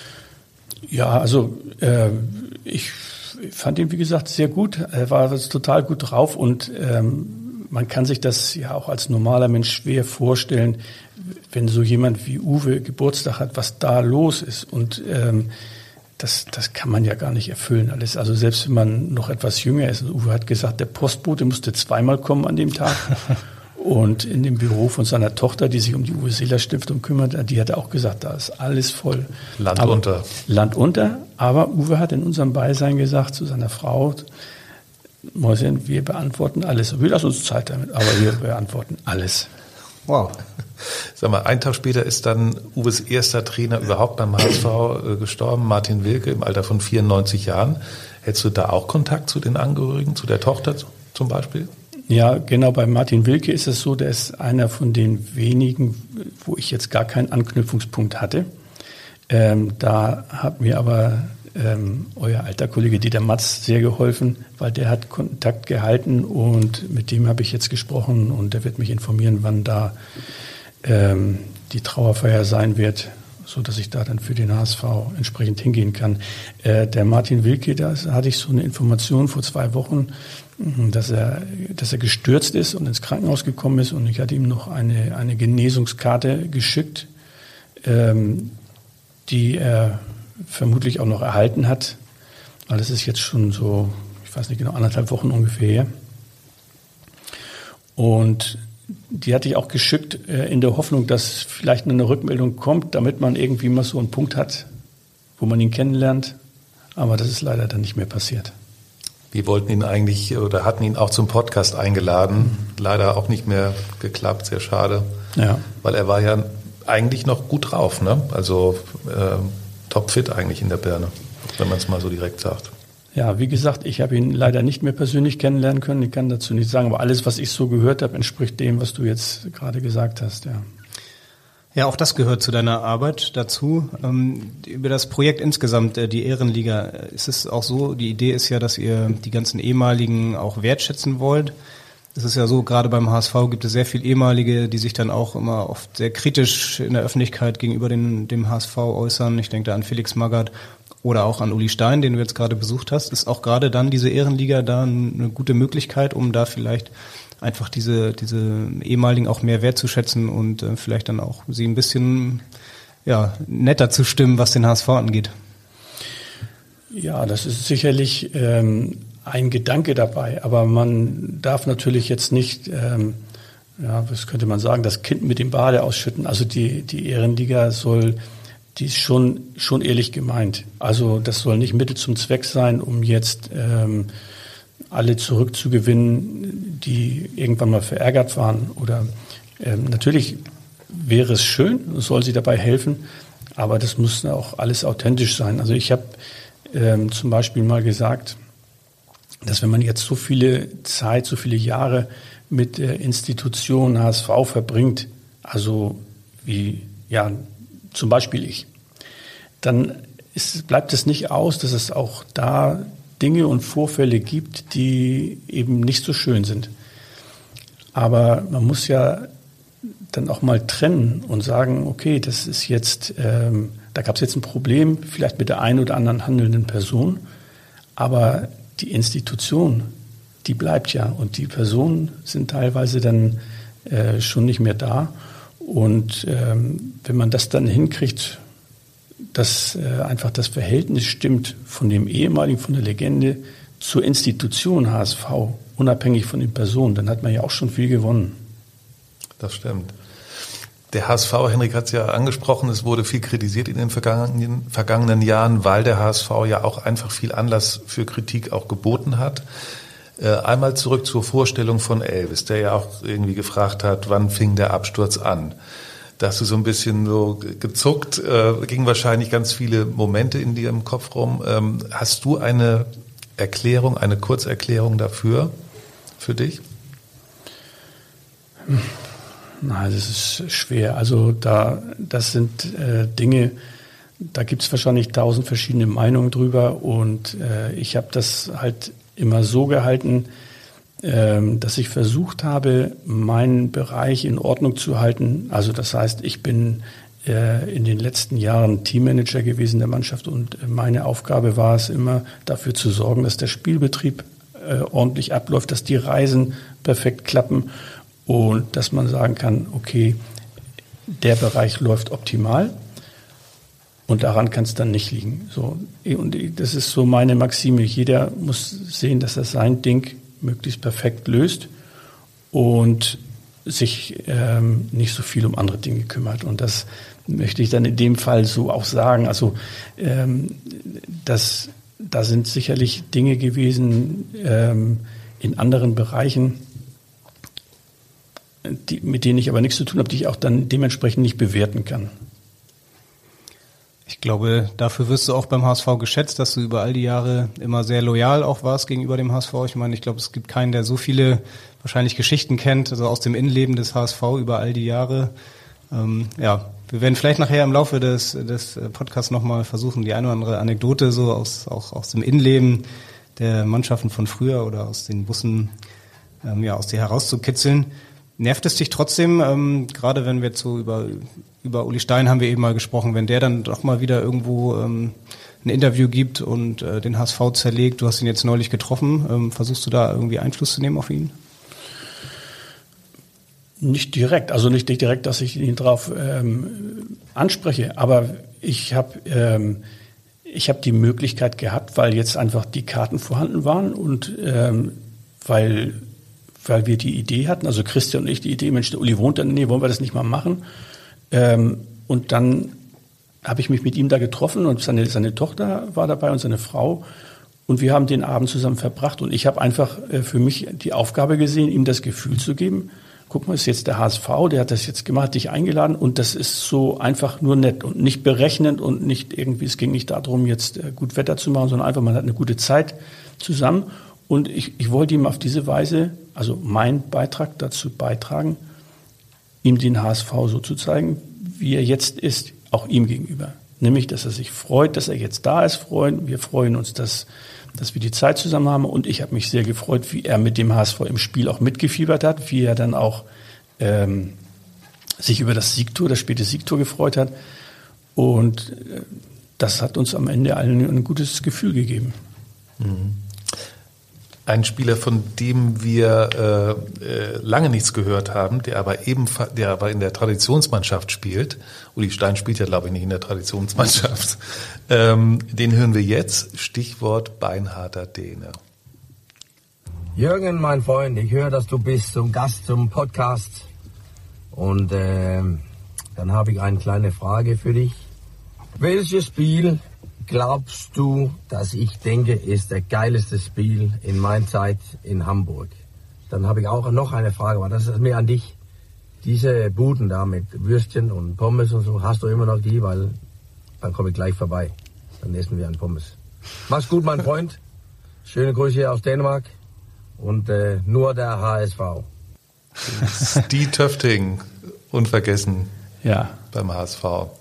Ja, also äh, ich fand ihn, wie gesagt, sehr gut. Er war total gut drauf und ähm, man kann sich das ja auch als normaler Mensch schwer vorstellen, wenn so jemand wie Uwe Geburtstag hat, was da los ist. Und ähm, Das, das kann man ja gar nicht erfüllen alles. Also selbst wenn man noch etwas jünger ist. Uwe hat gesagt, der Postbote musste zweimal kommen an dem Tag. Und in dem Büro von seiner Tochter, die sich um die Uwe Seeler Stiftung kümmert, die hat auch gesagt, da ist alles voll. Land aber, unter. Land unter. Aber Uwe hat in unserem Beisein gesagt zu seiner Frau, Mäuschen, wir beantworten alles. Wir lassen uns Zeit damit, aber wir beantworten alles. Wow. Sag mal, einen Tag später ist dann Uwes erster Trainer überhaupt beim H S V äh, gestorben, Martin Wilke, im Alter von vierundneunzig Jahren. Hättest du da auch Kontakt zu den Angehörigen, zu der Tochter zum Beispiel? Ja, genau. Bei Martin Wilke ist es so, der ist einer von den wenigen, wo ich jetzt gar keinen Anknüpfungspunkt hatte. Ähm, da hat mir aber ähm, euer alter Kollege Dieter Matz sehr geholfen, weil der hat Kontakt gehalten und mit dem habe ich jetzt gesprochen und der wird mich informieren, wann da ähm, die Trauerfeier sein wird, so dass ich da dann für den H S V entsprechend hingehen kann. Äh, der Martin Wilke, da hatte ich so eine Information vor zwei Wochen, dass er, dass er gestürzt ist und ins Krankenhaus gekommen ist und ich hatte ihm noch eine, eine Genesungskarte geschickt, ähm, die er vermutlich auch noch erhalten hat, weil das ist jetzt schon so, ich weiß nicht genau, anderthalb Wochen ungefähr her. Und die hatte ich auch geschickt äh, in der Hoffnung, dass vielleicht eine Rückmeldung kommt, damit man irgendwie mal so einen Punkt hat, wo man ihn kennenlernt. Aber das ist leider dann nicht mehr passiert. Wir wollten ihn eigentlich oder hatten ihn auch zum Podcast eingeladen. Leider auch nicht mehr geklappt, sehr schade. Ja. Weil er war ja eigentlich noch gut drauf, ne? Also äh, topfit eigentlich in der Birne, wenn man es mal so direkt sagt. Ja, wie gesagt, ich habe ihn leider nicht mehr persönlich kennenlernen können. Ich kann dazu nichts sagen, aber alles, was ich so gehört habe, entspricht dem, was du jetzt gerade gesagt hast, ja. Ja, auch das gehört zu deiner Arbeit dazu. Ähm, über das Projekt insgesamt, äh, die Ehrenliga, ist es auch so, die Idee ist ja, dass ihr die ganzen ehemaligen auch wertschätzen wollt. Es ist ja so, gerade beim H S V gibt es sehr viele ehemalige, die sich dann auch immer oft sehr kritisch in der Öffentlichkeit gegenüber den, dem H S V äußern. Ich denke da an Felix Magath oder auch an Uli Stein, den du jetzt gerade besucht hast. Ist auch gerade dann diese Ehrenliga da eine gute Möglichkeit, um da vielleicht einfach diese diese ehemaligen auch mehr wertzuschätzen und äh, vielleicht dann auch sie ein bisschen ja netter zu stimmen, was den H S V angeht. Ja, das ist sicherlich ähm, ein Gedanke dabei, aber man darf natürlich jetzt nicht, ähm, ja, was könnte man sagen, das Kind mit dem Bade ausschütten. Also die die Ehrenliga soll, die ist schon schon ehrlich gemeint. Also das soll nicht Mittel zum Zweck sein, um jetzt ähm, alle zurückzugewinnen, die irgendwann mal verärgert waren. Oder ähm, natürlich wäre es schön, soll sie dabei helfen, aber das muss auch alles authentisch sein. Also ich habe ähm, zum Beispiel mal gesagt, dass wenn man jetzt so viele Zeit, so viele Jahre mit der Institution H S V verbringt, also wie ja zum Beispiel ich, dann ist, bleibt es nicht aus, dass es auch da Dinge und Vorfälle gibt, die eben nicht so schön sind. Aber man muss ja dann auch mal trennen und sagen, okay, das ist jetzt, ähm, da gab es jetzt ein Problem, vielleicht mit der einen oder anderen handelnden Person, aber die Institution, die bleibt ja und die Personen sind teilweise dann äh, schon nicht mehr da. Und ähm, wenn man das dann hinkriegt, dass äh, einfach das Verhältnis stimmt von dem ehemaligen, von der Legende zur Institution H S V, unabhängig von den Personen, dann hat man ja auch schon viel gewonnen. Das stimmt. Der H S V, Henrik hat es ja angesprochen, es wurde viel kritisiert in den vergangenen, vergangenen Jahren, weil der H S V ja auch einfach viel Anlass für Kritik auch geboten hat. Äh, einmal zurück zur Vorstellung von Elvis, der ja auch irgendwie gefragt hat, wann fing der Absturz an? Da hast du so ein bisschen so gezuckt, äh, gingen wahrscheinlich ganz viele Momente in dir im Kopf rum. Ähm, hast du eine Erklärung, eine Kurzerklärung dafür, für dich? Nein, das ist schwer. Also da, das sind äh, Dinge, da gibt es wahrscheinlich tausend verschiedene Meinungen drüber und äh, ich habe das halt immer so gehalten, ähm, dass ich versucht habe, meinen Bereich in Ordnung zu halten. Also das heißt, ich bin äh, in den letzten Jahren Teammanager gewesen der Mannschaft und meine Aufgabe war es immer, dafür zu sorgen, dass der Spielbetrieb äh, ordentlich abläuft, dass die Reisen perfekt klappen und dass man sagen kann, okay, der Bereich läuft optimal. Und daran kann es dann nicht liegen. So, und das ist so meine Maxime. Jeder muss sehen, dass er sein Ding möglichst perfekt löst. Und sich ähm, nicht so viel um andere Dinge kümmert. Und das möchte ich dann in dem Fall so auch sagen. Also ähm, das, da sind sicherlich Dinge gewesen ähm, in anderen Bereichen, die, mit denen ich aber nichts zu tun habe, die ich auch dann dementsprechend nicht bewerten kann. Ich glaube, dafür wirst du auch beim H S V geschätzt, dass du über all die Jahre immer sehr loyal auch warst gegenüber dem H S V. Ich meine, ich glaube, es gibt keinen, der so viele wahrscheinlich Geschichten kennt, also aus dem Innenleben des H S V über all die Jahre. Ähm, ja, wir werden vielleicht nachher im Laufe des, des Podcasts nochmal versuchen, die eine oder andere Anekdote so aus, auch aus dem Innenleben der Mannschaften von früher oder aus den Bussen, ähm, ja, aus dir herauszukitzeln. Nervt es dich trotzdem, ähm, gerade wenn wir jetzt so über, über Uli Stein haben wir eben mal gesprochen, wenn der dann doch mal wieder irgendwo ähm, ein Interview gibt und äh, den H S V zerlegt, du hast ihn jetzt neulich getroffen, ähm, versuchst du da irgendwie Einfluss zu nehmen auf ihn? Nicht direkt, also nicht direkt, dass ich ihn drauf ähm, anspreche, aber ich habe ähm, ich habe die Möglichkeit gehabt, weil jetzt einfach die Karten vorhanden waren und ähm, weil weil wir die Idee hatten, also Christian und ich die Idee, Mensch, der Uli wohnt da, nee, wollen wir das nicht mal machen? Ähm, und dann habe ich mich mit ihm da getroffen und seine, seine Tochter war dabei und seine Frau und wir haben den Abend zusammen verbracht und ich habe einfach äh, für mich die Aufgabe gesehen, ihm das Gefühl zu geben, guck mal, ist jetzt der H S V, der hat das jetzt gemacht, dich eingeladen und das ist so einfach nur nett und nicht berechnend und nicht irgendwie, es ging nicht darum, jetzt äh, gut Wetter zu machen, sondern einfach, man hat eine gute Zeit zusammen. Und ich, ich wollte ihm auf diese Weise, also meinen Beitrag dazu beitragen, ihm den H S V so zu zeigen, wie er jetzt ist, auch ihm gegenüber. Nämlich, dass er sich freut, dass er jetzt da ist, freuen. Wir freuen uns, dass, dass wir die Zeit zusammen haben. Und ich habe mich sehr gefreut, wie er mit dem H S V im Spiel auch mitgefiebert hat, wie er dann auch ähm, sich über das Siegtor, das späte Siegtor gefreut hat. Und äh, das hat uns am Ende allen ein gutes Gefühl gegeben. Mhm. Ein Spieler, von dem wir äh, äh, lange nichts gehört haben, der aber ebenfalls, der aber in der Traditionsmannschaft spielt. Uli Stein spielt ja, glaube ich, nicht in der Traditionsmannschaft. Ähm, den hören wir jetzt. Stichwort beinharter Däne. Jürgen, mein Freund, ich höre, dass du bist zum Gast zum Podcast. Und äh, dann habe ich eine kleine Frage für dich. Welches Spiel glaubst du, dass ich denke, ist der geilste Spiel in meiner Zeit in Hamburg? Dann habe ich auch noch eine Frage, aber das ist mehr an dich. Diese Buden da mit Würstchen und Pommes und so, hast du immer noch die? Weil dann komme ich gleich vorbei. Dann essen wir einen Pommes. Mach's gut, mein Freund. Schöne Grüße aus Dänemark. Und äh, nur der H S V. Die Töfting, unvergessen, ja, beim H S V.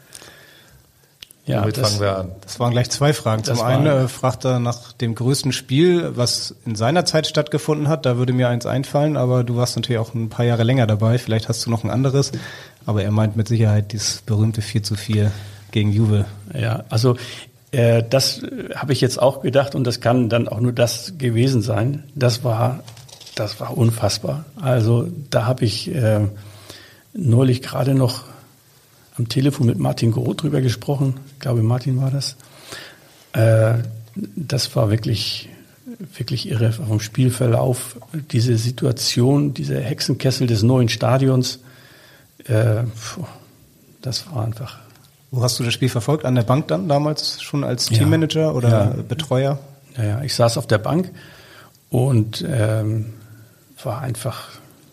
Ja, Womit das, fangen wir an? Das waren gleich zwei Fragen. Zum einen äh, fragt er nach dem größten Spiel, was in seiner Zeit stattgefunden hat. Da würde mir eins einfallen, aber du warst natürlich auch ein paar Jahre länger dabei. Vielleicht hast du noch ein anderes. Aber er meint mit Sicherheit dieses berühmte vier zu vier gegen Juve. Ja, also äh, das habe ich jetzt auch gedacht und das kann dann auch nur das gewesen sein. Das war, das war unfassbar. Also da habe ich äh, neulich gerade noch am Telefon mit Martin Groth drüber gesprochen. Ich glaube, Martin war das. Äh, das war wirklich, wirklich irre vom Spielverlauf. Diese Situation, dieser Hexenkessel des neuen Stadions, äh, pfuh, das war einfach. Wo hast du das Spiel verfolgt? An der Bank dann damals schon als Teammanager ja, oder ja. Betreuer? Ja, ja, ich saß auf der Bank und ähm, war einfach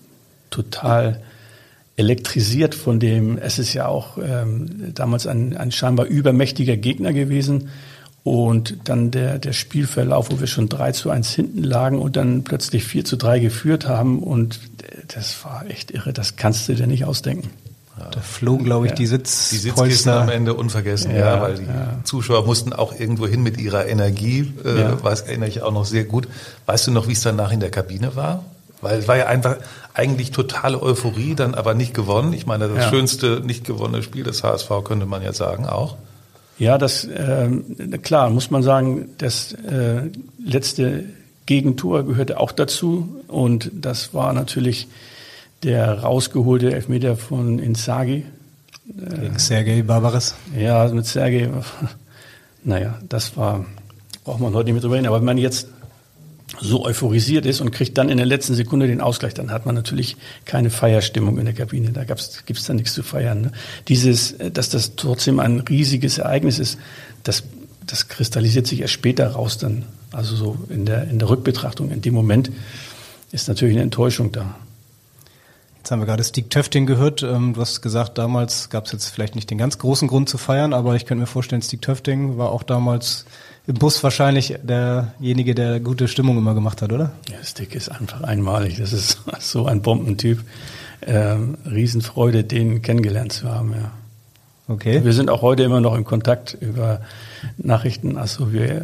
total elektrisiert von dem, es ist ja auch ähm, damals ein, ein scheinbar übermächtiger Gegner gewesen und dann der, der Spielverlauf, wo wir schon drei zu eins hinten lagen und dann plötzlich vier zu drei geführt haben und das war echt irre, das kannst du dir nicht ausdenken. Ja. Da flogen, glaube ich, ja. die Sitz Die Sitzkisten am Ende unvergessen, ja, ja weil die ja. Zuschauer mussten auch irgendwo hin mit ihrer Energie, äh, ja. weiß, erinnere ich auch noch sehr gut. Weißt du noch, wie es danach in der Kabine war? Weil es war ja einfach eigentlich totale Euphorie, dann aber nicht gewonnen. Ich meine, das ja. schönste nicht gewonnene Spiel des H S V könnte man ja sagen auch. Ja, das äh, klar, muss man sagen, das äh, letzte Gegentor gehörte auch dazu und das war natürlich der rausgeholte Elfmeter von Inzaghi. Gegen Sergej Barbares. Ja, mit Sergej. Naja, das war, braucht man heute nicht mehr drüber reden. Aber wenn man jetzt so euphorisiert ist und kriegt dann in der letzten Sekunde den Ausgleich, dann hat man natürlich keine Feierstimmung in der Kabine. Da gibt's gibt's dann nichts zu feiern. Ne? Dieses, dass das trotzdem ein riesiges Ereignis ist, das, das kristallisiert sich erst später raus dann. Also so in der, in der Rückbetrachtung. In dem Moment ist natürlich eine Enttäuschung da. Jetzt haben wir gerade Stig Töfting gehört. Du hast gesagt, damals gab es jetzt vielleicht nicht den ganz großen Grund zu feiern, aber ich könnte mir vorstellen, Stig Töfting war auch damals im Bus wahrscheinlich derjenige, der gute Stimmung immer gemacht hat, oder? Ja, Stig ist einfach einmalig. Das ist so ein Bombentyp. Ähm, Riesenfreude, den kennengelernt zu haben, ja. Okay. Wir sind auch heute immer noch in Kontakt über Nachrichten. Also wir,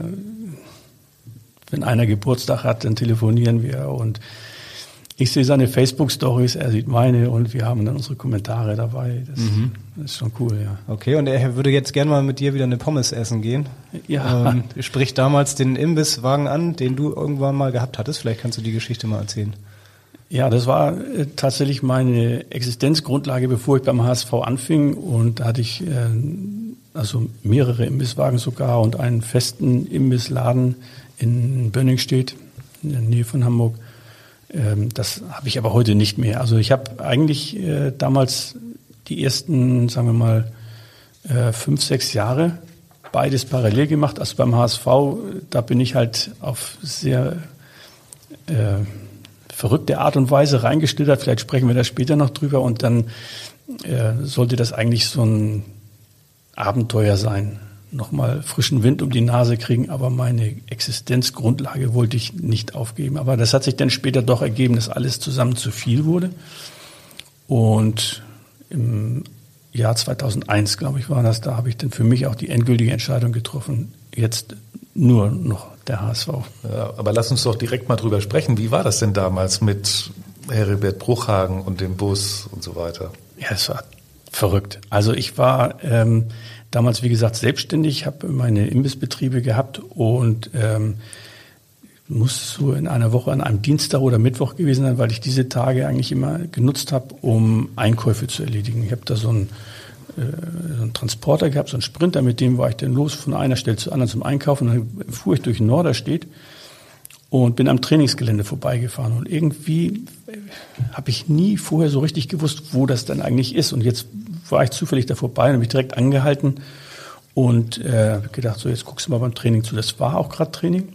wenn einer Geburtstag hat, dann telefonieren wir und ich sehe seine Facebook-Stories, er sieht meine und wir haben dann unsere Kommentare dabei. Das, mhm. das ist schon cool, ja. Okay, und er würde jetzt gerne mal mit dir wieder eine Pommes essen gehen. Ja. Ähm, sprich damals den Imbisswagen an, den du irgendwann mal gehabt hattest. Vielleicht kannst du die Geschichte mal erzählen. Ja, das war äh, tatsächlich meine Existenzgrundlage, bevor ich beim H S V anfing. Und da hatte ich äh, also mehrere Imbisswagen sogar und einen festen Imbissladen in Bönningstedt, in der Nähe von Hamburg. Das habe ich aber heute nicht mehr. Also ich habe eigentlich äh, damals die ersten, sagen wir mal, äh, fünf, sechs Jahre beides parallel gemacht. Also beim H S V, da bin ich halt auf sehr äh, verrückte Art und Weise reingeschlittert. Vielleicht sprechen wir da später noch drüber. Und dann äh, sollte das eigentlich so ein Abenteuer sein. Nochmal frischen Wind um die Nase kriegen, aber meine Existenzgrundlage wollte ich nicht aufgeben. Aber das hat sich dann später doch ergeben, dass alles zusammen zu viel wurde. Und im Jahr zweitausendeins, glaube ich, war das, da habe ich dann für mich auch die endgültige Entscheidung getroffen, jetzt nur noch der H S V. Ja, aber lass uns doch direkt mal drüber sprechen. Wie war das denn damals mit Heribert Bruchhagen und dem Bus und so weiter? Ja, es war verrückt. Also ich war ähm, damals, wie gesagt, selbstständig, habe meine Imbissbetriebe gehabt und ähm, muss so in einer Woche an einem Dienstag oder Mittwoch gewesen sein, weil ich diese Tage eigentlich immer genutzt habe, um Einkäufe zu erledigen. Ich habe da so einen, äh, so einen Transporter gehabt, so einen Sprinter, mit dem war ich dann los von einer Stelle zur anderen zum Einkaufen. Und dann fuhr ich durch Norderstedt und bin am Trainingsgelände vorbeigefahren. Und irgendwie habe ich nie vorher so richtig gewusst, wo das dann eigentlich ist. Und jetzt war ich zufällig da vorbei und habe mich direkt angehalten und äh, gedacht, so jetzt guckst du mal beim Training zu. Das war auch gerade Training.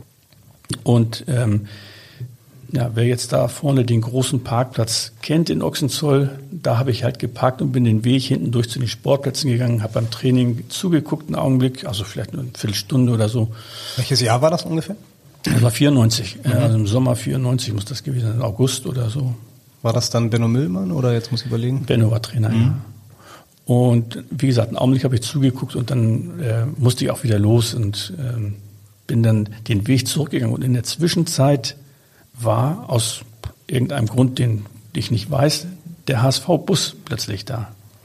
Und ähm, ja, wer jetzt da vorne den großen Parkplatz kennt in Ochsenzoll, da habe ich halt geparkt und bin den Weg hinten durch zu den Sportplätzen gegangen, habe beim Training zugeguckt einen Augenblick, also vielleicht nur eine Viertelstunde oder so. Welches Jahr war das ungefähr? Das war vierundneunzig, mhm. also im Sommer vierundneunzig muss das gewesen sein, August oder so. War das dann Benno Müllmann oder jetzt muss ich überlegen? Benno war Trainer, mhm. ja. Und wie gesagt, einen Augenblick habe ich zugeguckt und dann äh, musste ich auch wieder los und ähm, bin dann den Weg zurückgegangen. Und in der Zwischenzeit war aus irgendeinem Grund, den ich nicht weiß, der H S V-Bus plötzlich da.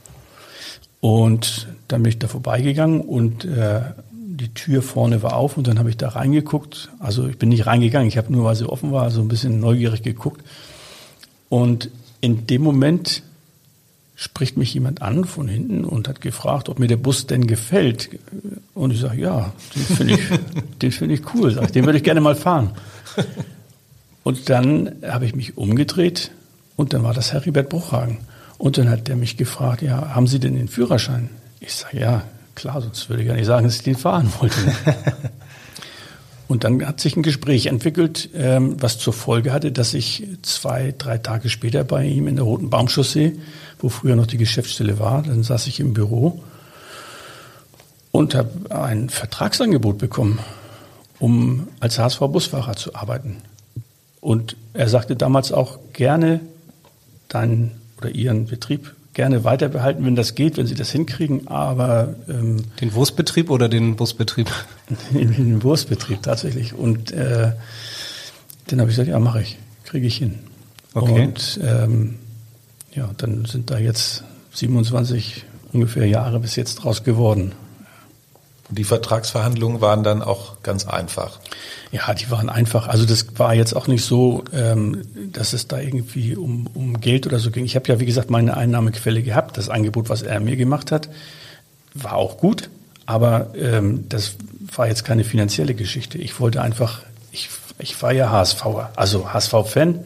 Und dann bin ich da vorbeigegangen und äh, die Tür vorne war auf und dann habe ich da reingeguckt. Also ich bin nicht reingegangen, ich habe nur, weil sie offen war, so ein bisschen neugierig geguckt. Und in dem Moment spricht mich jemand an von hinten und hat gefragt, ob mir der Bus denn gefällt. Und ich sage, ja, den finde ich, den finde ich cool, sag ich, den würde ich gerne mal fahren. Und dann habe ich mich umgedreht und dann war das Heribert Bruchhagen. Und dann hat der mich gefragt, ja, haben Sie denn den Führerschein? Ich sage, ja, klar, sonst würde ich ja nicht sagen, dass ich den fahren wollte. Und dann hat sich ein Gespräch entwickelt, ähm, was zur Folge hatte, dass ich zwei, drei Tage später bei ihm in der Roten Baumchaussee, wo früher noch die Geschäftsstelle war, dann saß ich im Büro und habe ein Vertragsangebot bekommen, um als H S V-Busfahrer zu arbeiten. Und er sagte damals auch, gerne deinen oder Ihren Betrieb gerne weiter behalten, wenn das geht, wenn Sie das hinkriegen, aber... Ähm, den Wurstbetrieb oder den Busbetrieb? Den Wurstbetrieb tatsächlich. Und äh, dann habe ich gesagt, ja, mache ich, kriege ich hin. Okay. Und ähm, ja, dann sind da jetzt siebenundzwanzig ungefähr Jahre bis jetzt draus geworden. Die Vertragsverhandlungen waren dann auch ganz einfach? Ja, die waren einfach. Also das war jetzt auch nicht so, ähm, dass es da irgendwie um, um Geld oder so ging. Ich habe ja, wie gesagt, meine Einnahmequelle gehabt. Das Angebot, was er mir gemacht hat, war auch gut. Aber ähm, das war jetzt keine finanzielle Geschichte. Ich wollte einfach, ich ich war ja HSVer, also H S V-Fan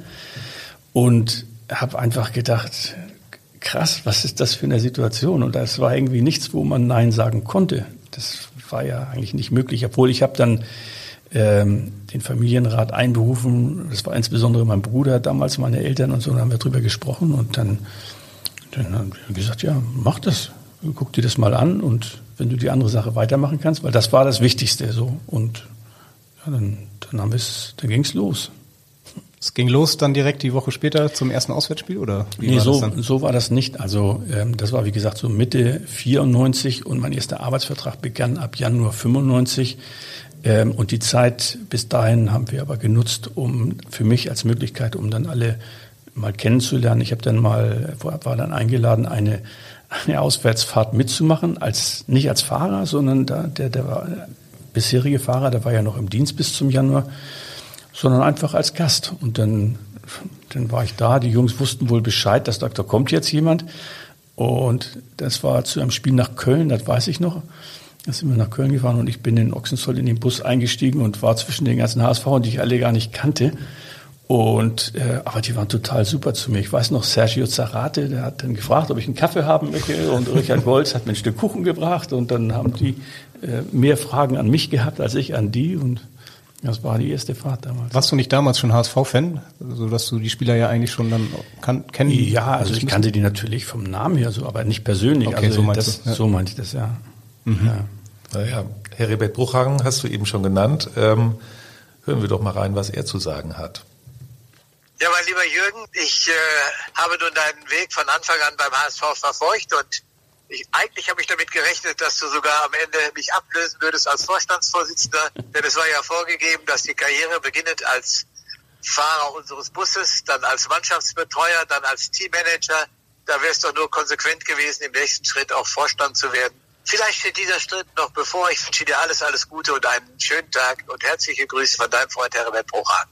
und habe einfach gedacht, krass, was ist das für eine Situation? Und das war irgendwie nichts, wo man Nein sagen konnte. Das war ja eigentlich nicht möglich, obwohl ich habe dann ähm, den Familienrat einberufen. Das war insbesondere mein Bruder, damals meine Eltern und so, da haben wir drüber gesprochen und dann, dann haben wir gesagt, ja, mach das, guck dir das mal an und wenn du die andere Sache weitermachen kannst, weil das war das Wichtigste so und ja, dann, dann haben wir es, dann ging's los. Es ging los dann direkt die Woche später zum ersten Auswärtsspiel, oder wie nee, war so, das dann? so war das nicht. Also ähm, das war, wie gesagt, so Mitte vierundneunzig und mein erster Arbeitsvertrag begann ab Januar fünfundneunzig. Ähm, und die Zeit bis dahin haben wir aber genutzt, um für mich als Möglichkeit, um dann alle mal kennenzulernen. Ich habe dann mal, war dann eingeladen, eine, eine Auswärtsfahrt mitzumachen, als nicht als Fahrer, sondern da, der, der war, der bisherige Fahrer, der war ja noch im Dienst bis zum Januar, sondern einfach als Gast. Und dann, dann war ich da, die Jungs wussten wohl Bescheid, dass da, da kommt jetzt jemand. Und das war zu einem Spiel nach Köln, das weiß ich noch. Da sind wir nach Köln gefahren und ich bin in Ochsenzoll in den Bus eingestiegen und war zwischen den ganzen H S V, die ich alle gar nicht kannte. Und äh, aber die waren total super zu mir. Ich weiß noch, Sergio Zarate, der hat dann gefragt, ob ich einen Kaffee haben möchte. Und Richard Goltz hat mir ein Stück Kuchen gebracht. Und dann haben die äh, mehr Fragen an mich gehabt als ich an die. Und das war die erste Fahrt damals. Warst du nicht damals schon H S V-Fan, so dass du die Spieler ja eigentlich schon dann kann, kennen? Ja, also ich kannte die natürlich vom Namen her, so, aber nicht persönlich. Okay, also so meinst das, du, ja. So meinte ich das, ja. Mhm. Ja. Naja, Heribert Bruchhagen hast du eben schon genannt. Ähm, hören wir doch mal rein, was er zu sagen hat. Ja, mein lieber Jürgen, ich äh, habe nun deinen Weg von Anfang an beim H S V verfolgt und ich, eigentlich habe ich damit gerechnet, dass du sogar am Ende mich ablösen würdest als Vorstandsvorsitzender, denn es war ja vorgegeben, dass die Karriere beginnt als Fahrer unseres Busses, dann als Mannschaftsbetreuer, dann als Teammanager. Da wäre es doch nur konsequent gewesen, im nächsten Schritt auch Vorstand zu werden. Vielleicht steht dieser Schritt noch bevor. Ich wünsche dir alles, alles Gute und einen schönen Tag und herzliche Grüße von deinem Freund Heribert Bruchhagen.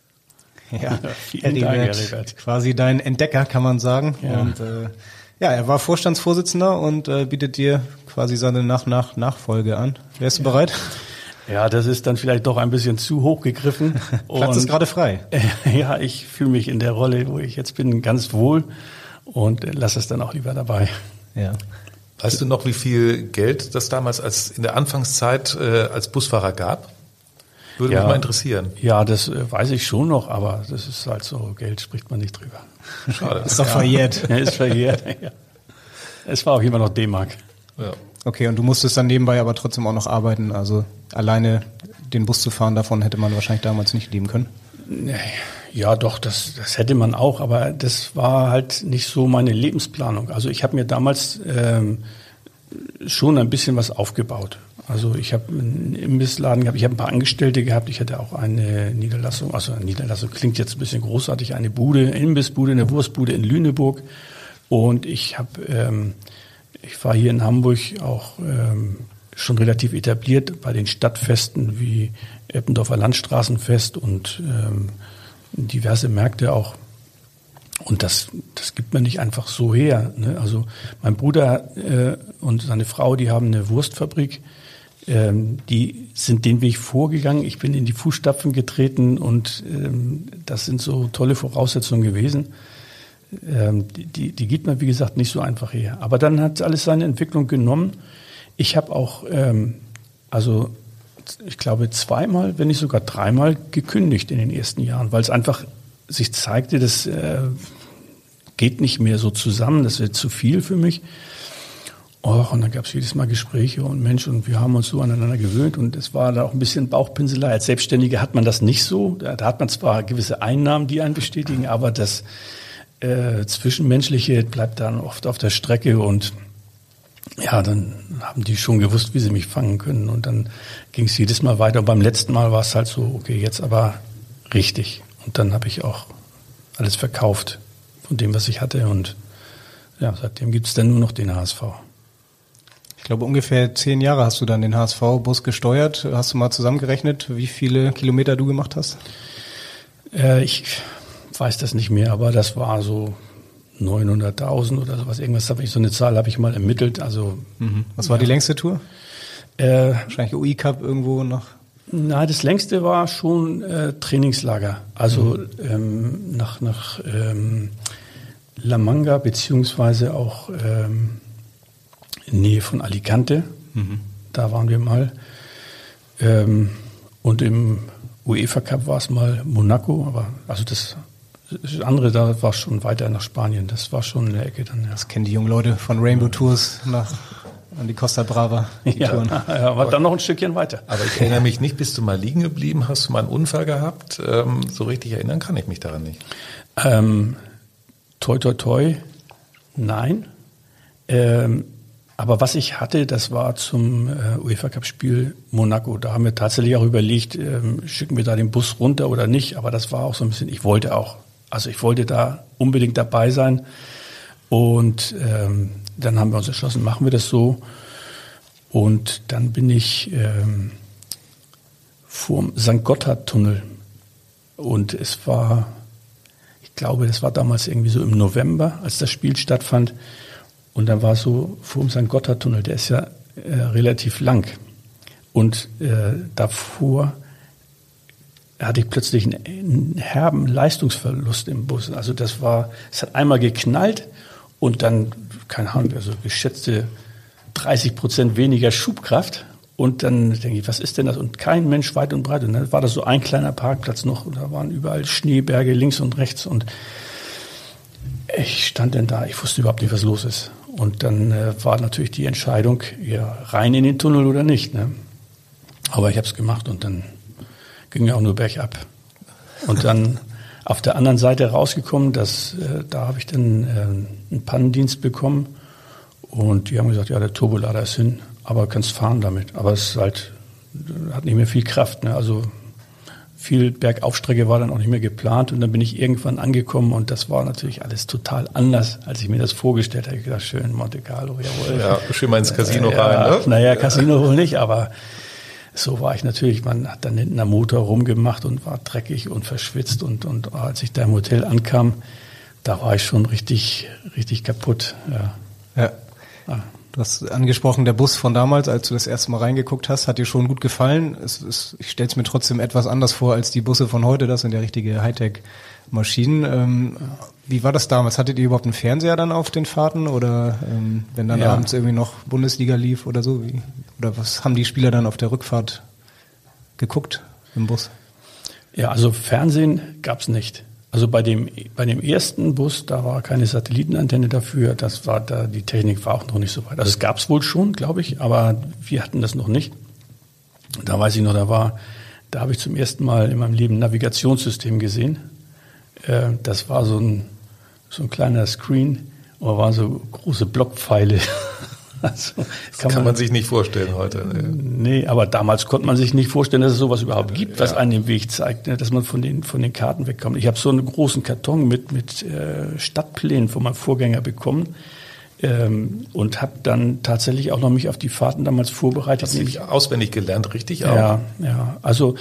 Ja, vielen Dank, Heribert. Quasi dein Entdecker, kann man sagen. Ja. Und äh, ja, er war Vorstandsvorsitzender und äh, bietet dir quasi seine Nach-Nach-Nachfolge an. Wärst du ja. bereit? Ja, das ist dann vielleicht doch ein bisschen zu hoch gegriffen. Platz ist gerade frei. Äh, ja, ich fühle mich in der Rolle, wo ich jetzt bin, ganz wohl und äh, lasse es dann auch lieber dabei. Ja. Weißt du noch, wie viel Geld das damals als in der Anfangszeit äh, als Busfahrer gab? Würde ja, mich mal interessieren. Ja, das äh, weiß ich schon noch, aber das ist halt so, Geld spricht man nicht drüber. Schade. Ist doch verjährt. Ja, ist verjährt, ja. Es war auch immer noch D-Mark. Ja. Okay, und du musstest dann nebenbei aber trotzdem auch noch arbeiten, also alleine den Bus zu fahren, davon hätte man wahrscheinlich damals nicht leben können. Ja, doch, das, das hätte man auch, aber das war halt nicht so meine Lebensplanung. Also ich habe mir damals ähm, schon ein bisschen was aufgebaut. Also ich habe einen Imbissladen gehabt, ich habe ein paar Angestellte gehabt, ich hatte auch eine Niederlassung, also eine Niederlassung klingt jetzt ein bisschen großartig, eine Bude, Imbissbude, eine Wurstbude in Lüneburg und ich habe, ähm, ich war hier in Hamburg auch ähm, schon relativ etabliert bei den Stadtfesten wie Eppendorfer Landstraßenfest und ähm, diverse Märkte auch. Und das, das gibt man nicht einfach so her. Ne? Also mein Bruder äh, und seine Frau, die haben eine Wurstfabrik. Ähm, die sind den Weg vorgegangen. Ich bin in die Fußstapfen getreten und ähm, das sind so tolle Voraussetzungen gewesen. Ähm, die, die, die gibt man, wie gesagt, nicht so einfach her. Aber dann hat alles seine Entwicklung genommen. Ich habe auch, ähm, also ich glaube zweimal, wenn nicht sogar dreimal gekündigt in den ersten Jahren, weil es einfach sich zeigte, das äh, geht nicht mehr so zusammen, das wird zu viel für mich. Och, und dann gab es jedes Mal Gespräche und Mensch, und wir haben uns so aneinander gewöhnt und es war da auch ein bisschen Bauchpinselei. Als Selbstständiger hat man das nicht so. Da, da hat man zwar gewisse Einnahmen, die einen bestätigen, aber das äh, Zwischenmenschliche bleibt dann oft auf der Strecke und ja, dann haben die schon gewusst, wie sie mich fangen können und dann ging es jedes Mal weiter. Und beim letzten Mal war es halt so, okay, jetzt aber richtig. Und dann habe ich auch alles verkauft von dem, was ich hatte und ja, seitdem gibt es dann nur noch den H S V. Ich glaube, ungefähr zehn Jahre hast du dann den H S V-Bus gesteuert. Hast du mal zusammengerechnet, wie viele Kilometer du gemacht hast? Äh, ich weiß das nicht mehr, aber das war so neunhunderttausend oder sowas. Irgendwas habe ich, so eine Zahl habe ich mal ermittelt. Also, mhm. Was war ja. die längste Tour? Äh, Wahrscheinlich U I-Cup irgendwo noch? Na, das längste war schon äh, Trainingslager. Also mhm. ähm, nach, nach ähm, La Manga, beziehungsweise auch ähm, in Nähe von Alicante. Mhm. Da waren wir mal. Ähm, und im UEFA Cup war es mal Monaco, aber also das, das andere, da war schon weiter nach Spanien. Das war schon in der Ecke dann, ja. Das kennen die jungen Leute von Rainbow Tours nach an die Costa Brava. Die ja, Touren. ja, aber dann noch ein Stückchen weiter. Aber ich erinnere mich nicht, bist du mal liegen geblieben? Hast du mal einen Unfall gehabt? Ähm, so richtig erinnern kann ich mich daran nicht. Ähm, toi, toi, toi, nein. Ähm, aber was ich hatte, das war zum äh, UEFA Cup Spiel Monaco. Da haben wir tatsächlich auch überlegt, ähm, schicken wir da den Bus runter oder nicht. Aber das war auch so ein bisschen, ich wollte auch. Also ich wollte da unbedingt dabei sein. Und ähm, dann haben wir uns entschlossen, machen wir das so. Und dann bin ich ähm, vorm Sankt Gotthard-Tunnel. Und es war, ich glaube, das war damals irgendwie so im November, als das Spiel stattfand. Und dann war so vorm Sankt Gotthard-Tunnel, der ist ja äh, relativ lang. Und äh, davor hatte ich plötzlich einen, einen herben Leistungsverlust im Bus. Also das war, es hat einmal geknallt. Und dann, keine Ahnung, also geschätzte dreißig Prozent weniger Schubkraft. Und dann denke ich, was ist denn das? Und kein Mensch weit und breit. Und dann war das so ein kleiner Parkplatz noch. Und da waren überall Schneeberge links und rechts. Und ich stand dann da, ich wusste überhaupt nicht, was los ist. Und dann äh, war natürlich die Entscheidung, ja, rein in den Tunnel oder nicht. Ne? Aber ich habe es gemacht und dann ging ja auch nur bergab. Und dann auf der anderen Seite rausgekommen, dass, äh, da habe ich dann äh, einen Pannendienst bekommen und die haben gesagt, ja, der Turbolader ist hin, aber kannst fahren damit. Aber es ist halt, hat nicht mehr viel Kraft. Ne? Also viel Bergaufstrecke war dann auch nicht mehr geplant und dann bin ich irgendwann angekommen und das war natürlich alles total anders, als ich mir das vorgestellt habe. Ich dachte, schön, Monte Carlo, jawohl. Ja, schön mal ins Casino äh, rein, ja, ne? Naja, Casino wohl nicht, aber so war ich natürlich, man hat dann hinten am Motor rumgemacht und war dreckig und verschwitzt und, und als ich da im Hotel ankam, da war ich schon richtig, richtig kaputt. Ja. Ja. Ah. Du hast angesprochen, der Bus von damals, als du das erste Mal reingeguckt hast, hat dir schon gut gefallen. Es ist, ich stelle es mir trotzdem etwas anders vor als die Busse von heute. Das sind ja richtige Hightech-Maschinen. Ähm, wie war das damals? Hattet ihr überhaupt einen Fernseher dann auf den Fahrten oder ähm, wenn dann ja. abends irgendwie noch Bundesliga lief oder so? Wie, oder was haben die Spieler dann auf der Rückfahrt geguckt im Bus? Ja, also Fernsehen gab's nicht. Also bei dem bei dem ersten Bus, da war keine Satellitenantenne dafür. Das war da, die Technik war auch noch nicht so weit. Also es gab's wohl schon, glaube ich, aber wir hatten das noch nicht. Da weiß ich noch, da war, da habe ich zum ersten Mal in meinem Leben ein Navigationssystem gesehen. Äh, das war so ein so ein kleiner Screen, aber waren so große Blockpfeile. Also, das kann, kann man, man sich nicht vorstellen heute. Nee. nee, aber damals konnte man sich nicht vorstellen, dass es sowas überhaupt gibt, was ja. einen den Weg zeigt, ne, dass man von den von den Karten wegkommt. Ich habe so einen großen Karton mit mit äh, Stadtplänen von meinem Vorgänger bekommen ähm, und habe dann tatsächlich auch noch mich auf die Fahrten damals vorbereitet. Hast du nämlich auswendig gelernt, richtig auch? Ja, ja. Also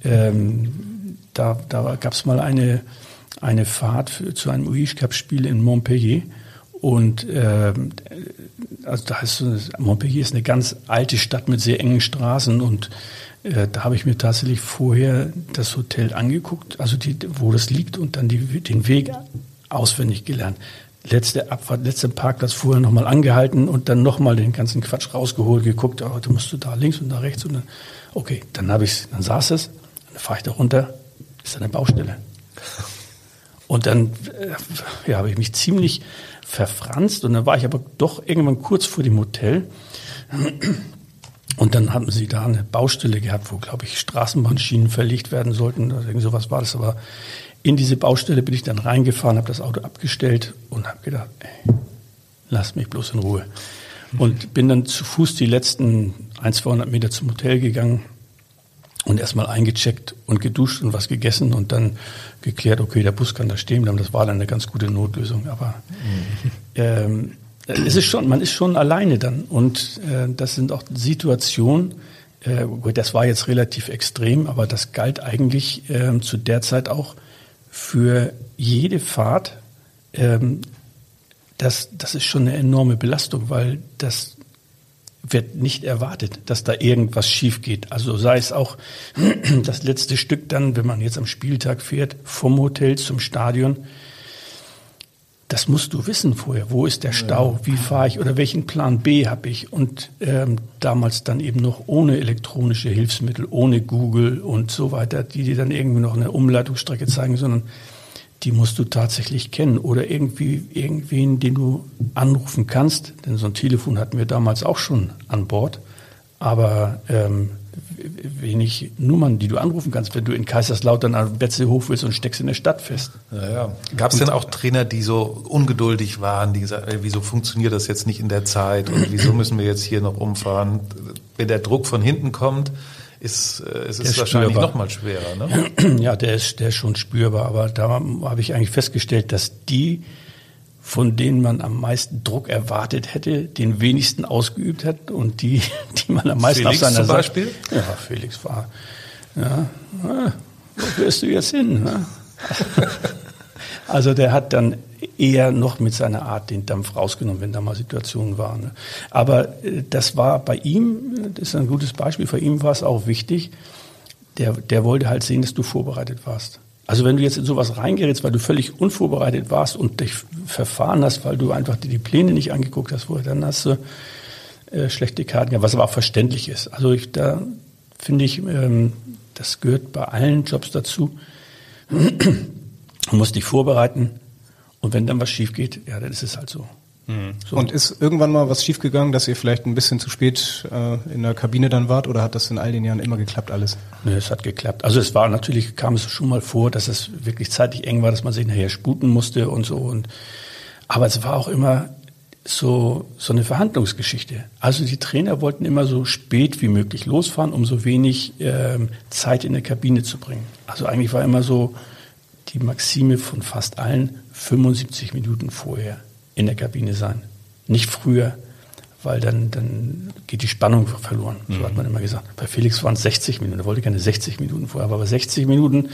ähm, da da gab es mal eine eine Fahrt für, zu einem U E Cup-Spiel in Montpellier. Und äh, also da ist Montpellier ist eine ganz alte Stadt mit sehr engen Straßen und äh, da habe ich mir tatsächlich vorher das Hotel angeguckt, also die, wo das liegt und dann die, den Weg auswendig gelernt. Letzte Abfahrt, letzter Parkplatz vorher nochmal angehalten und dann nochmal den ganzen Quatsch rausgeholt, geguckt, oh, du musst du da links und da rechts und dann, okay, dann habe ich, dann saß es, dann fahre ich da runter, ist eine Baustelle. Und dann äh, ja, habe ich mich ziemlich verfranst und dann war ich aber doch irgendwann kurz vor dem Hotel und dann hatten sie da eine Baustelle gehabt, wo, glaube ich, Straßenbahnschienen verlegt werden sollten oder irgend sowas war das, aber in diese Baustelle bin ich dann reingefahren, habe das Auto abgestellt und habe gedacht, ey, lass mich bloß in Ruhe. Und bin dann zu Fuß die letzten ein, zweihundert Meter zum Hotel gegangen und erstmal eingecheckt und geduscht und was gegessen und dann geklärt, okay, der Bus kann da stehen bleiben. Das war dann eine ganz gute Notlösung. Aber ähm, es ist schon, man ist schon alleine dann. Und äh, das sind auch Situationen, äh, das war jetzt relativ extrem, aber das galt eigentlich äh, zu der Zeit auch für jede Fahrt. Ähm, das, das ist schon eine enorme Belastung, weil das wird nicht erwartet, dass da irgendwas schief geht. Also sei es auch das letzte Stück dann, wenn man jetzt am Spieltag fährt, vom Hotel zum Stadion. Das musst du wissen vorher. Wo ist der Stau? Wie fahre ich? Oder welchen Plan B habe ich? Und ähm, damals dann eben noch ohne elektronische Hilfsmittel, ohne Google und so weiter, die dir dann irgendwie noch eine Umleitungsstrecke zeigen, sondern die musst du tatsächlich kennen. Oder irgendwie irgendwen, den du anrufen kannst. Denn so ein Telefon hatten wir damals auch schon an Bord. Aber ähm, wenig Nummern, die du anrufen kannst, wenn du in Kaiserslautern an Betze hoch willst und steckst in der Stadt fest. Ja, ja. Gab es denn auch Trainer, die so ungeduldig waren, die gesagt haben, wieso funktioniert das jetzt nicht in der Zeit und wieso müssen wir jetzt hier noch umfahren? Wenn der Druck von hinten kommt, ist, ist es wahrscheinlich noch mal schwerer. Ne? Ja, der ist, der ist schon spürbar, aber da habe ich eigentlich festgestellt, dass die, von denen man am meisten Druck erwartet hätte, den wenigsten ausgeübt hat und die, die man am meisten Felix auf seiner zum Beispiel? Seite... Ja, Felix war... Ja, wo fährst du jetzt hin? Ne? Also der hat dann eher noch mit seiner Art den Dampf rausgenommen, wenn da mal Situationen waren. Ne? Aber äh, das war bei ihm, das ist ein gutes Beispiel, für ihn war es auch wichtig, der, der wollte halt sehen, dass du vorbereitet warst. Also wenn du jetzt in sowas reingerätst, weil du völlig unvorbereitet warst und dich verfahren hast, weil du einfach dir die Pläne nicht angeguckt hast vorher, dann hast du äh, schlechte Karten gehabt, was aber auch verständlich ist. Also ich, da finde ich, ähm, das gehört bei allen Jobs dazu. Du musst dich vorbereiten und wenn dann was schief geht, ja, dann ist es halt so. Mhm. So. Und ist irgendwann mal was schiefgegangen, dass ihr vielleicht ein bisschen zu spät äh, in der Kabine dann wart oder hat das in all den Jahren immer geklappt alles? Nee, es hat geklappt. Also es war natürlich, kam es schon mal vor, dass es wirklich zeitlich eng war, dass man sich nachher sputen musste und so. Und aber es war auch immer so so eine Verhandlungsgeschichte. Also die Trainer wollten immer so spät wie möglich losfahren, um so wenig ähm, Zeit in der Kabine zu bringen. Also eigentlich war immer so die Maxime von fast allen fünfundsiebzig Minuten vorher in der Kabine sein. Nicht früher, weil dann, dann geht die Spannung verloren. So mhm. hat man immer gesagt. Bei Felix waren es sechzig Minuten. Er wollte keine sechzig Minuten vorher. Aber sechzig Minuten,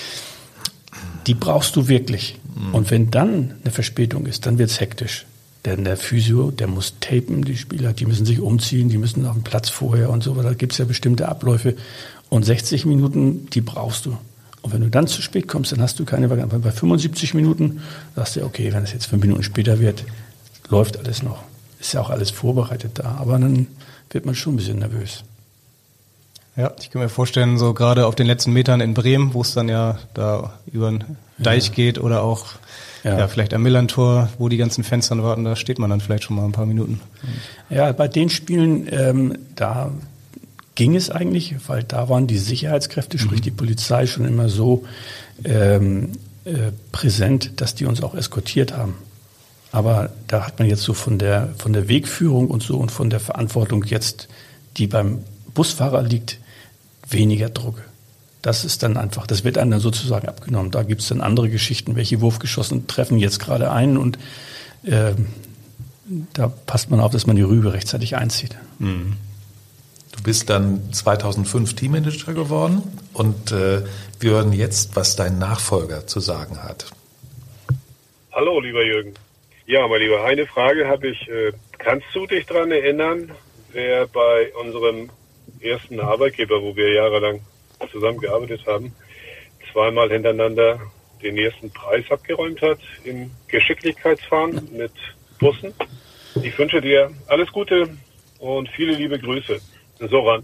die brauchst du wirklich. Mhm. Und wenn dann eine Verspätung ist, dann wird es hektisch. Denn der Physio, der muss tapen, die Spieler, die müssen sich umziehen, die müssen auf den Platz vorher und so. Da gibt es ja bestimmte Abläufe. Und sechzig Minuten, die brauchst du. Und wenn du dann zu spät kommst, dann hast du keine Variante. Bei fünfundsiebzig Minuten sagst du, okay, wenn es jetzt fünf Minuten später wird, läuft alles noch. Ist ja auch alles vorbereitet da. Aber dann wird man schon ein bisschen nervös. Ja, ich kann mir vorstellen, so gerade auf den letzten Metern in Bremen, wo es dann ja da über den Deich ja. geht oder auch ja. ja vielleicht am Millantor, wo die ganzen Fans dann warten, da steht man dann vielleicht schon mal ein paar Minuten. Ja, bei den Spielen, ähm, da ging es eigentlich, weil da waren die Sicherheitskräfte, sprich die Polizei, schon immer so ähm, äh, präsent, dass die uns auch eskortiert haben. Aber da hat man jetzt so von der von der Wegführung und so und von der Verantwortung jetzt, die beim Busfahrer liegt, weniger Druck. Das ist dann einfach, das wird einem dann sozusagen abgenommen. Da gibt es dann andere Geschichten, welche Wurfgeschossen treffen jetzt gerade ein und äh, da passt man auf, dass man die Rübe rechtzeitig einzieht. Mhm. Du bist dann zweitausendfünf Teammanager geworden und äh, wir hören jetzt, was dein Nachfolger zu sagen hat. Hallo, lieber Jürgen. Ja, mein Lieber, eine Frage habe ich. Äh, kannst du dich daran erinnern, wer bei unserem ersten Arbeitgeber, wo wir jahrelang zusammengearbeitet haben, zweimal hintereinander den ersten Preis abgeräumt hat im Geschicklichkeitsfahren mit Bussen? Ich wünsche dir alles Gute und viele liebe Grüße. Soran.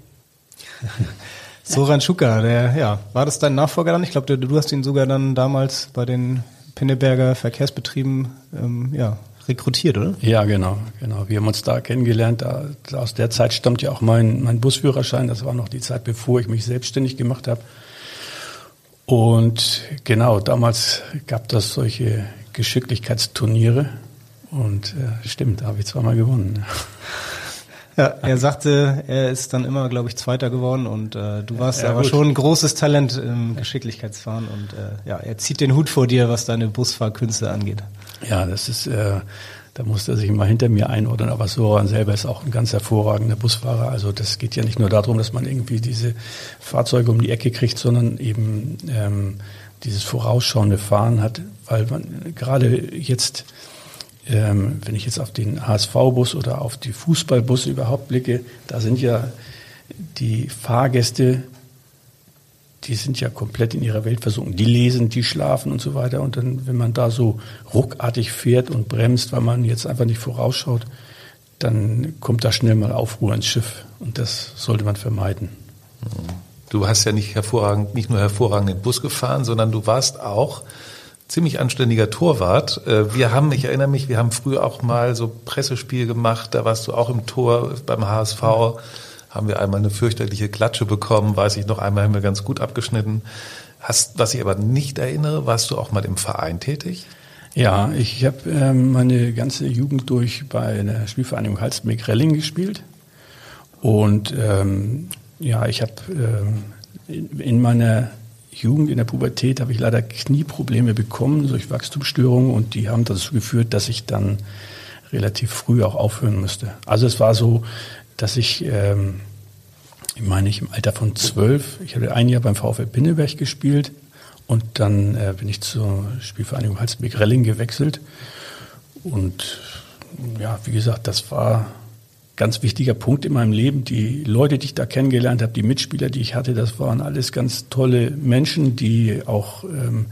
Soran Schuka, der, ja, war das dein Nachfolger dann? Ich glaube, du, du hast ihn sogar dann damals bei den Pinneberger Verkehrsbetrieben ähm, ja, rekrutiert, oder? Ja, genau, genau. Wir haben uns da kennengelernt. Da, aus der Zeit stammt ja auch mein, mein Busführerschein. Das war noch die Zeit, bevor ich mich selbstständig gemacht habe. Und genau, damals gab das solche Geschicklichkeitsturniere. Und äh, stimmt, da habe ich zweimal gewonnen. Ja, er sagte, er ist dann immer, glaube ich, Zweiter geworden und äh, du warst ja, aber gut. schon ein großes Talent im Geschicklichkeitsfahren und äh, ja, er zieht den Hut vor dir, was deine Busfahrkünste angeht. Ja, das ist, äh, da musste er sich mal hinter mir einordnen, aber Soran selber ist auch ein ganz hervorragender Busfahrer. Also das geht ja nicht nur darum, dass man irgendwie diese Fahrzeuge um die Ecke kriegt, sondern eben ähm, dieses vorausschauende Fahren hat, weil man gerade jetzt ähm, wenn ich jetzt auf den H S V-Bus oder auf die Fußballbusse überhaupt blicke, da sind ja die Fahrgäste, die sind ja komplett in ihrer Welt versunken. Die lesen, die schlafen und so weiter. Und dann, wenn man da so ruckartig fährt und bremst, weil man jetzt einfach nicht vorausschaut, dann kommt da schnell mal Aufruhr ins Schiff. Und das sollte man vermeiden. Du hast ja nicht hervorragend, nicht nur hervorragend den Bus gefahren, sondern du warst auch ziemlich anständiger Torwart. Wir haben, ich erinnere mich, wir haben früher auch mal so Pressespiel gemacht, da warst du auch im Tor beim H S V, haben wir einmal eine fürchterliche Klatsche bekommen, weiß ich noch, einmal haben wir ganz gut abgeschnitten. Hast, was ich aber nicht erinnere, warst du auch mal im Verein tätig? Ja, ich habe ähm, meine ganze Jugend durch bei der Spielvereinigung Halstenbek-Relling gespielt und ähm, ja, ich habe ähm, in, in meiner Jugend, in der Pubertät, habe ich leider Knieprobleme bekommen durch Wachstumsstörungen und die haben dazu geführt, dass ich dann relativ früh auch aufhören musste. Also es war so, dass ich, ähm, ich meine, ich im Alter von zwölf, ich habe ein Jahr beim VfL Pinneberg gespielt und dann äh, bin ich zur Spielvereinigung Halstenbek-Relling gewechselt und ja, wie gesagt, das war ganz wichtiger Punkt in meinem Leben. Die Leute, die ich da kennengelernt habe, die Mitspieler, die ich hatte, das waren alles ganz tolle Menschen, die auch ähm,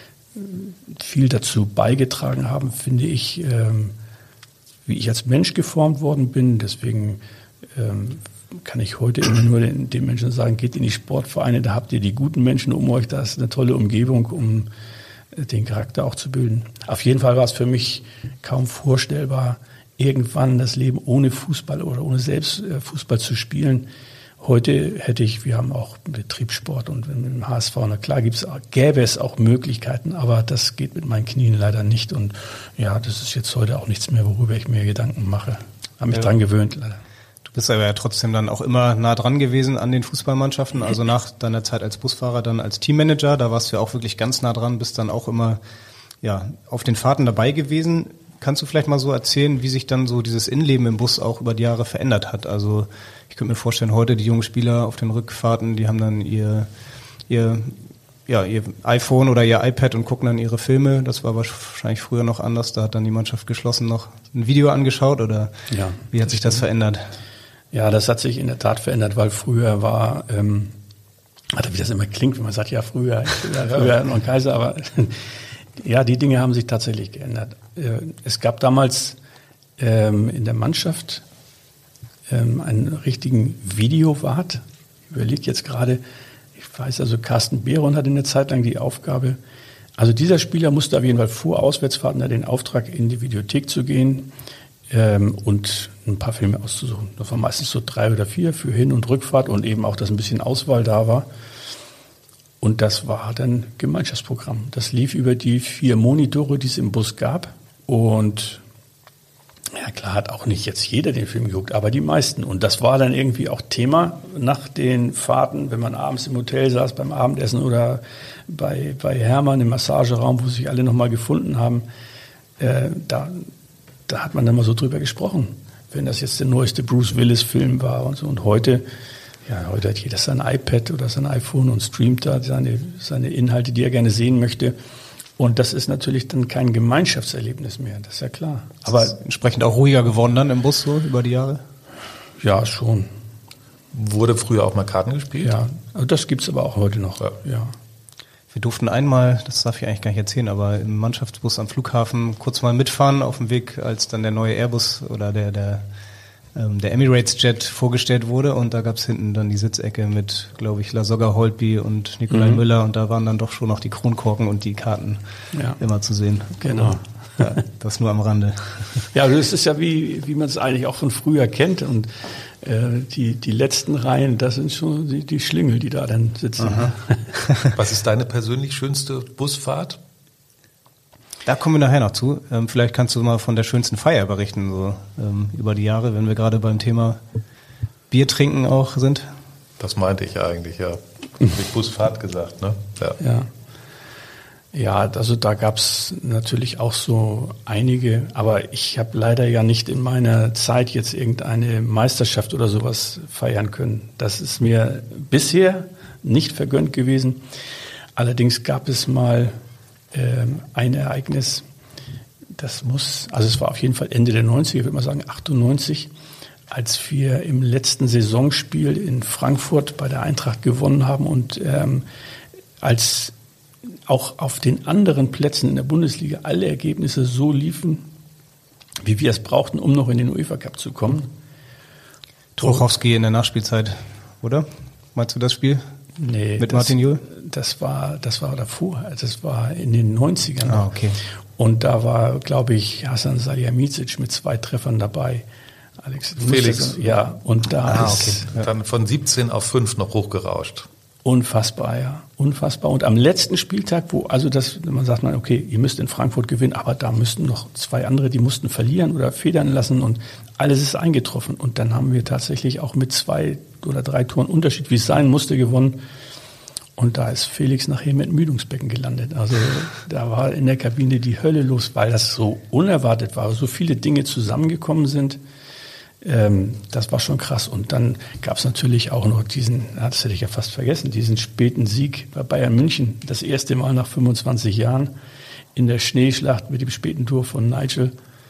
viel dazu beigetragen haben, finde ich, ähm, wie ich als Mensch geformt worden bin. Deswegen ähm, kann ich heute immer nur den, den Menschen sagen, geht in die Sportvereine, da habt ihr die guten Menschen um euch, da ist eine tolle Umgebung, um äh, den Charakter auch zu bilden. Auf jeden Fall war es für mich kaum vorstellbar, irgendwann das Leben ohne Fußball oder ohne selbst Fußball zu spielen. Heute hätte ich, wir haben auch Betriebssport und mit dem H S V, na klar gibt's, gäbe es auch Möglichkeiten, aber das geht mit meinen Knien leider nicht und ja, das ist jetzt heute auch nichts mehr, worüber ich mir Gedanken mache. Habe mich ja dran gewöhnt leider. Du bist aber ja trotzdem dann auch immer nah dran gewesen an den Fußballmannschaften, also nach deiner Zeit als Busfahrer dann als Teammanager, da warst du ja auch wirklich ganz nah dran, bist dann auch immer ja auf den Fahrten dabei gewesen. Kannst du vielleicht mal so erzählen, wie sich dann so dieses Innenleben im Bus auch über die Jahre verändert hat? Also ich könnte mir vorstellen, heute die jungen Spieler auf den Rückfahrten, die haben dann ihr, ihr, ja, ihr iPhone oder ihr iPad und gucken dann ihre Filme. Das war wahrscheinlich früher noch anders. Da hat dann die Mannschaft geschlossen noch ein Video angeschaut oder ja, wie hat sich das verändert? Ja, das hat sich in der Tat verändert, weil früher war, ähm, wie das immer klingt, wenn man sagt, ja früher, früher, früher noch ein Kaiser, aber ja, die Dinge haben sich tatsächlich geändert. Es gab damals ähm, in der Mannschaft ähm, einen richtigen Videowart. Ich überlege jetzt gerade, ich weiß also, Carsten Behron hat in der Zeit lang die Aufgabe, also dieser Spieler musste auf jeden Fall vor Auswärtsfahrten den Auftrag, in die Videothek zu gehen ähm, und ein paar Filme auszusuchen. Das waren meistens so drei oder vier für Hin- und Rückfahrt und eben auch, dass ein bisschen Auswahl da war. Und das war dann Gemeinschaftsprogramm. Das lief über die vier Monitore, die es im Bus gab. Und ja klar, hat auch nicht jetzt jeder den Film geguckt, aber die meisten. Und das war dann irgendwie auch Thema nach den Fahrten, wenn man abends im Hotel saß beim Abendessen oder bei, bei Hermann im Massageraum, wo sich alle nochmal gefunden haben. Äh, da, da hat man dann mal so drüber gesprochen, wenn das jetzt der neueste Bruce Willis-Film war und so. Und heute... Ja, heute hat jeder sein iPad oder sein iPhone und streamt da seine, seine Inhalte, die er gerne sehen möchte. Und das ist natürlich dann kein Gemeinschaftserlebnis mehr, das ist ja klar. Aber ist entsprechend auch ruhiger geworden dann im Bus so über die Jahre? Ja, schon. Wurde früher auch mal Karten gespielt? Ja, also das gibt's aber auch heute noch, ja. ja. Wir durften einmal, das darf ich eigentlich gar nicht erzählen, aber im Mannschaftsbus am Flughafen kurz mal mitfahren auf dem Weg, als dann der neue Airbus oder der, der der Emirates Jet vorgestellt wurde und da gab's hinten dann die Sitzecke mit, glaube ich, Lasogga Holtby und Nikolai mhm. Müller und da waren dann doch schon noch die Kronkorken und die Karten ja. immer zu sehen. Genau. Ja, das nur am Rande. Ja, das ist ja wie, wie man es eigentlich auch von früher kennt und äh, die, die letzten Reihen, das sind schon die, die Schlingel, die da dann sitzen. Was ist deine persönlich schönste Busfahrt? Da kommen wir nachher noch zu. Ähm, vielleicht kannst du mal von der schönsten Feier berichten, so ähm, über die Jahre, wenn wir gerade beim Thema Bier trinken auch sind. Das meinte ich eigentlich, ja. Habe ich Busfahrt gesagt, ne? Ja. Ja, ja also da gab's natürlich auch so einige, aber ich habe leider ja nicht in meiner Zeit jetzt irgendeine Meisterschaft oder sowas feiern können. Das ist mir bisher nicht vergönnt gewesen. Allerdings gab es mal ein Ereignis, das muss, also es war auf jeden Fall Ende der neunziger, ich würde mal sagen achtundneunzig, als wir im letzten Saisonspiel in Frankfurt bei der Eintracht gewonnen haben und ähm, als auch auf den anderen Plätzen in der Bundesliga alle Ergebnisse so liefen, wie wir es brauchten, um noch in den UEFA Cup zu kommen. Trochowski in der Nachspielzeit, oder? Meinst du das Spiel? Nee. Mit das, Martin Jul? Das war, das war davor, das war in den neunzigern. Ah, okay. Und da war, glaube ich, Hasan Salihamidzic mit zwei Treffern dabei. Alex, Felix. Das, ja, und da ah, ist okay. Dann von siebzehn auf fünf noch hochgerauscht. Unfassbar, ja, unfassbar. Und am letzten Spieltag, wo also das, man sagt man, okay, ihr müsst in Frankfurt gewinnen, aber da müssten noch zwei andere, die mussten verlieren oder federn lassen und alles ist eingetroffen. Und dann haben wir tatsächlich auch mit zwei oder drei Toren Unterschied, wie es sein musste, gewonnen. Und da ist Felix nachher mit Müdungsbecken gelandet. Also da war in der Kabine die Hölle los, weil das so unerwartet war, so viele Dinge zusammengekommen sind. Ähm, das war schon krass. Und dann gab es natürlich auch noch diesen, das hätte ich ja fast vergessen, diesen späten Sieg bei Bayern München. Das erste Mal nach fünfundzwanzig Jahren in der Schneeschlacht mit dem späten Tor von Nigel.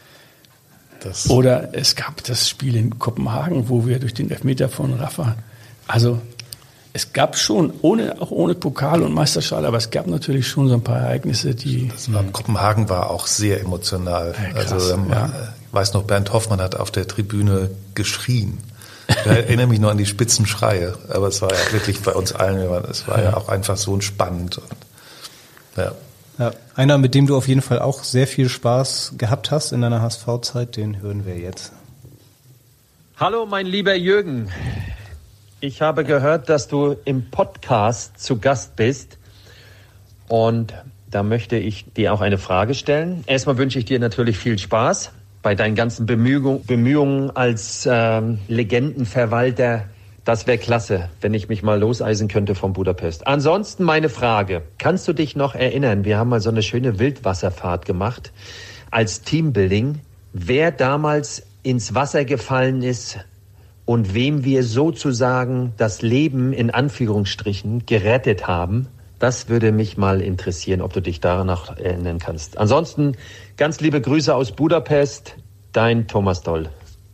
Das Oder es gab das Spiel in Kopenhagen, wo wir durch den Elfmeter von Rafa, also es gab schon, ohne, auch ohne Pokal und Meisterschale, aber es gab natürlich schon so ein paar Ereignisse, die... Das war, Kopenhagen war auch sehr emotional. Ja, krass, also ähm, ja. Ich weiß noch, Bernd Hoffmann hat auf der Tribüne geschrien. Ich erinnere mich noch an die spitzen Schreie, aber es war ja wirklich bei uns allen, es war ja, ja auch einfach so spannend. Und, ja. Ja, einer, mit dem du auf jeden Fall auch sehr viel Spaß gehabt hast in deiner H S V-Zeit, den hören wir jetzt. Hallo, mein lieber Jürgen. Ich habe gehört, dass du im Podcast zu Gast bist und da möchte ich dir auch eine Frage stellen. Erstmal wünsche ich dir natürlich viel Spaß bei deinen ganzen Bemühungen, Bemühungen als ähm, Legendenverwalter. Das wäre klasse, wenn ich mich mal loseisen könnte von Budapest. Ansonsten meine Frage, kannst du dich noch erinnern, wir haben mal so eine schöne Wildwasserfahrt gemacht als Teambuilding, wer damals ins Wasser gefallen ist und wem wir sozusagen das Leben in Anführungsstrichen gerettet haben. Das würde mich mal interessieren, ob du dich daran noch erinnern kannst. Ansonsten ganz liebe Grüße aus Budapest, dein Thomas Doll.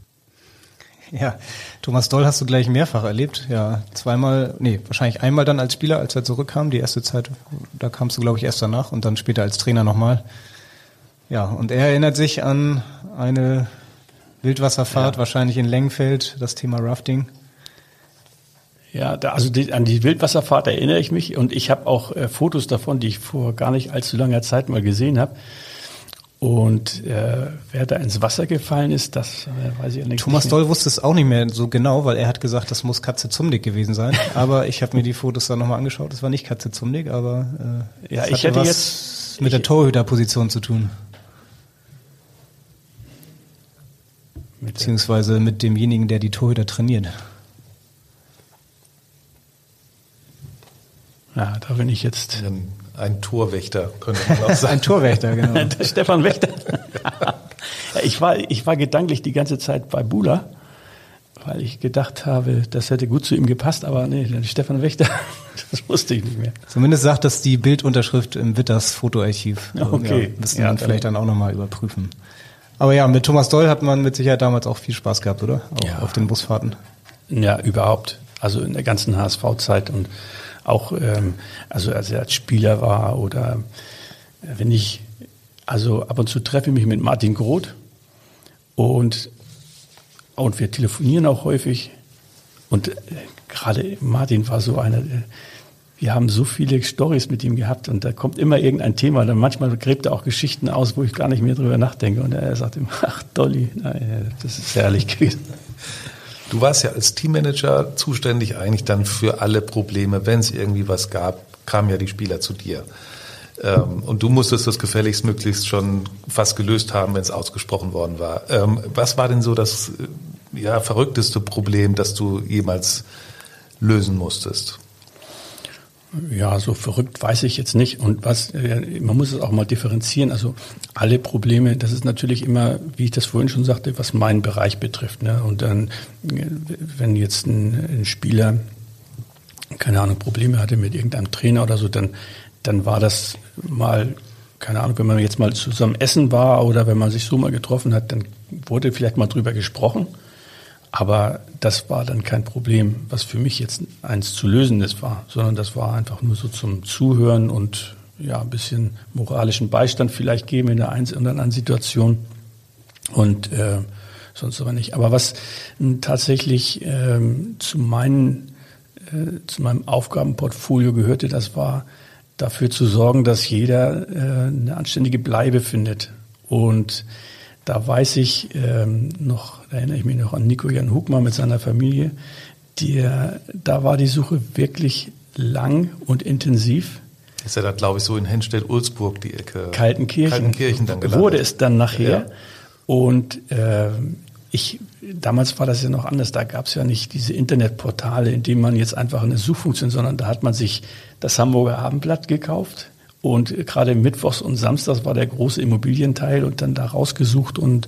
Ja, Thomas Doll hast du gleich mehrfach erlebt. Ja, zweimal, nee, wahrscheinlich einmal dann als Spieler, als er zurückkam. Die erste Zeit, da kamst du, glaube ich, erst danach und dann später als Trainer nochmal. Ja, und er erinnert sich an eine Wildwasserfahrt, ja. Wahrscheinlich in Lengenfeld, das Thema Rafting. Ja, da, also die, an die Wildwasserfahrt erinnere ich mich und ich habe auch äh, Fotos davon, die ich vor gar nicht allzu langer Zeit mal gesehen habe. Und äh, wer da ins Wasser gefallen ist, das äh, weiß ich ja nicht. Thomas Doll wusste es auch nicht mehr so genau, weil er hat gesagt, das muss Katze Zumdick gewesen sein. Aber ich habe mir die Fotos dann nochmal angeschaut. Das war nicht Katze Zumdick, aber äh, ja, das ich hatte hätte was jetzt mit ich, der Torhüterposition zu tun. Beziehungsweise mit demjenigen, der die Torhüter trainiert. Ja, da bin ich jetzt... Ein, ein Torwächter, könnte man auch sagen. Ein Torwächter, genau. Der Stefan Wächter. Ja, ich war, ich war gedanklich die ganze Zeit bei Bula, weil ich gedacht habe, das hätte gut zu ihm gepasst, aber nee, der Stefan Wächter, das wusste ich nicht mehr. Zumindest sagt das die Bildunterschrift im Witters Fotoarchiv. Also, okay. Ja, müssen wir ja, dann vielleicht dann auch nochmal überprüfen. Aber ja, mit Thomas Doll hat man mit Sicherheit damals auch viel Spaß gehabt, oder? Auch ja. Auf den Busfahrten. Ja, überhaupt. Also in der ganzen H S V-Zeit und auch, ähm, also als er als Spieler war oder wenn ich, also ab und zu treffe ich mich mit Martin Groth und, und wir telefonieren auch häufig und äh, gerade Martin war so einer, äh, wir haben so viele Storys mit ihm gehabt und da kommt immer irgendein Thema, dann manchmal gräbt er auch Geschichten aus, wo ich gar nicht mehr drüber nachdenke und er sagt immer, ach Dolly, nein, das ist herrlich gewesen. Du warst ja als Teammanager zuständig eigentlich dann für alle Probleme. Wenn es irgendwie was gab, kamen ja die Spieler zu dir. Ähm, und du musstest das gefälligst möglichst schon fast gelöst haben, wenn es ausgesprochen worden war. Ähm, was war denn so das ja, verrückteste Problem, das du jemals lösen musstest? Ja, so verrückt weiß ich jetzt nicht. Und was, man muss es auch mal differenzieren. Also alle Probleme, das ist natürlich immer, wie ich das vorhin schon sagte, was meinen Bereich betrifft. Ne? Und dann, wenn jetzt ein, ein Spieler, keine Ahnung, Probleme hatte mit irgendeinem Trainer oder so, dann, dann war das mal keine Ahnung, wenn man jetzt mal zusammen essen war oder wenn man sich so mal getroffen hat, dann wurde vielleicht mal drüber gesprochen. Aber das war dann kein Problem, was für mich jetzt eins zu lösendes war, sondern das war einfach nur so zum Zuhören und ja, ein bisschen moralischen Beistand vielleicht geben in der einen oder anderen Situation und äh, sonst aber nicht. Aber was m, tatsächlich ähm, zu meinen, äh, zu meinem Aufgabenportfolio gehörte, das war dafür zu sorgen, dass jeder äh, eine anständige Bleibe findet. Und da weiß ich ähm, noch, da erinnere ich mich noch an Nico-Jan Hugmann mit seiner Familie, der, da war die Suche wirklich lang und intensiv. Ist ja da, glaube ich, so in Hennstedt-Ulzburg die Ecke. Kaltenkirchen. Kaltenkirchen dann gelandet. Wurde es dann nachher. Ja. Und äh, ich, damals war das ja noch anders. Da gab es ja nicht diese Internetportale, in denen man jetzt einfach eine Suchfunktion, sondern da hat man sich das Hamburger Abendblatt gekauft. Und gerade mittwochs und samstags war der große Immobilienteil und dann da rausgesucht. Und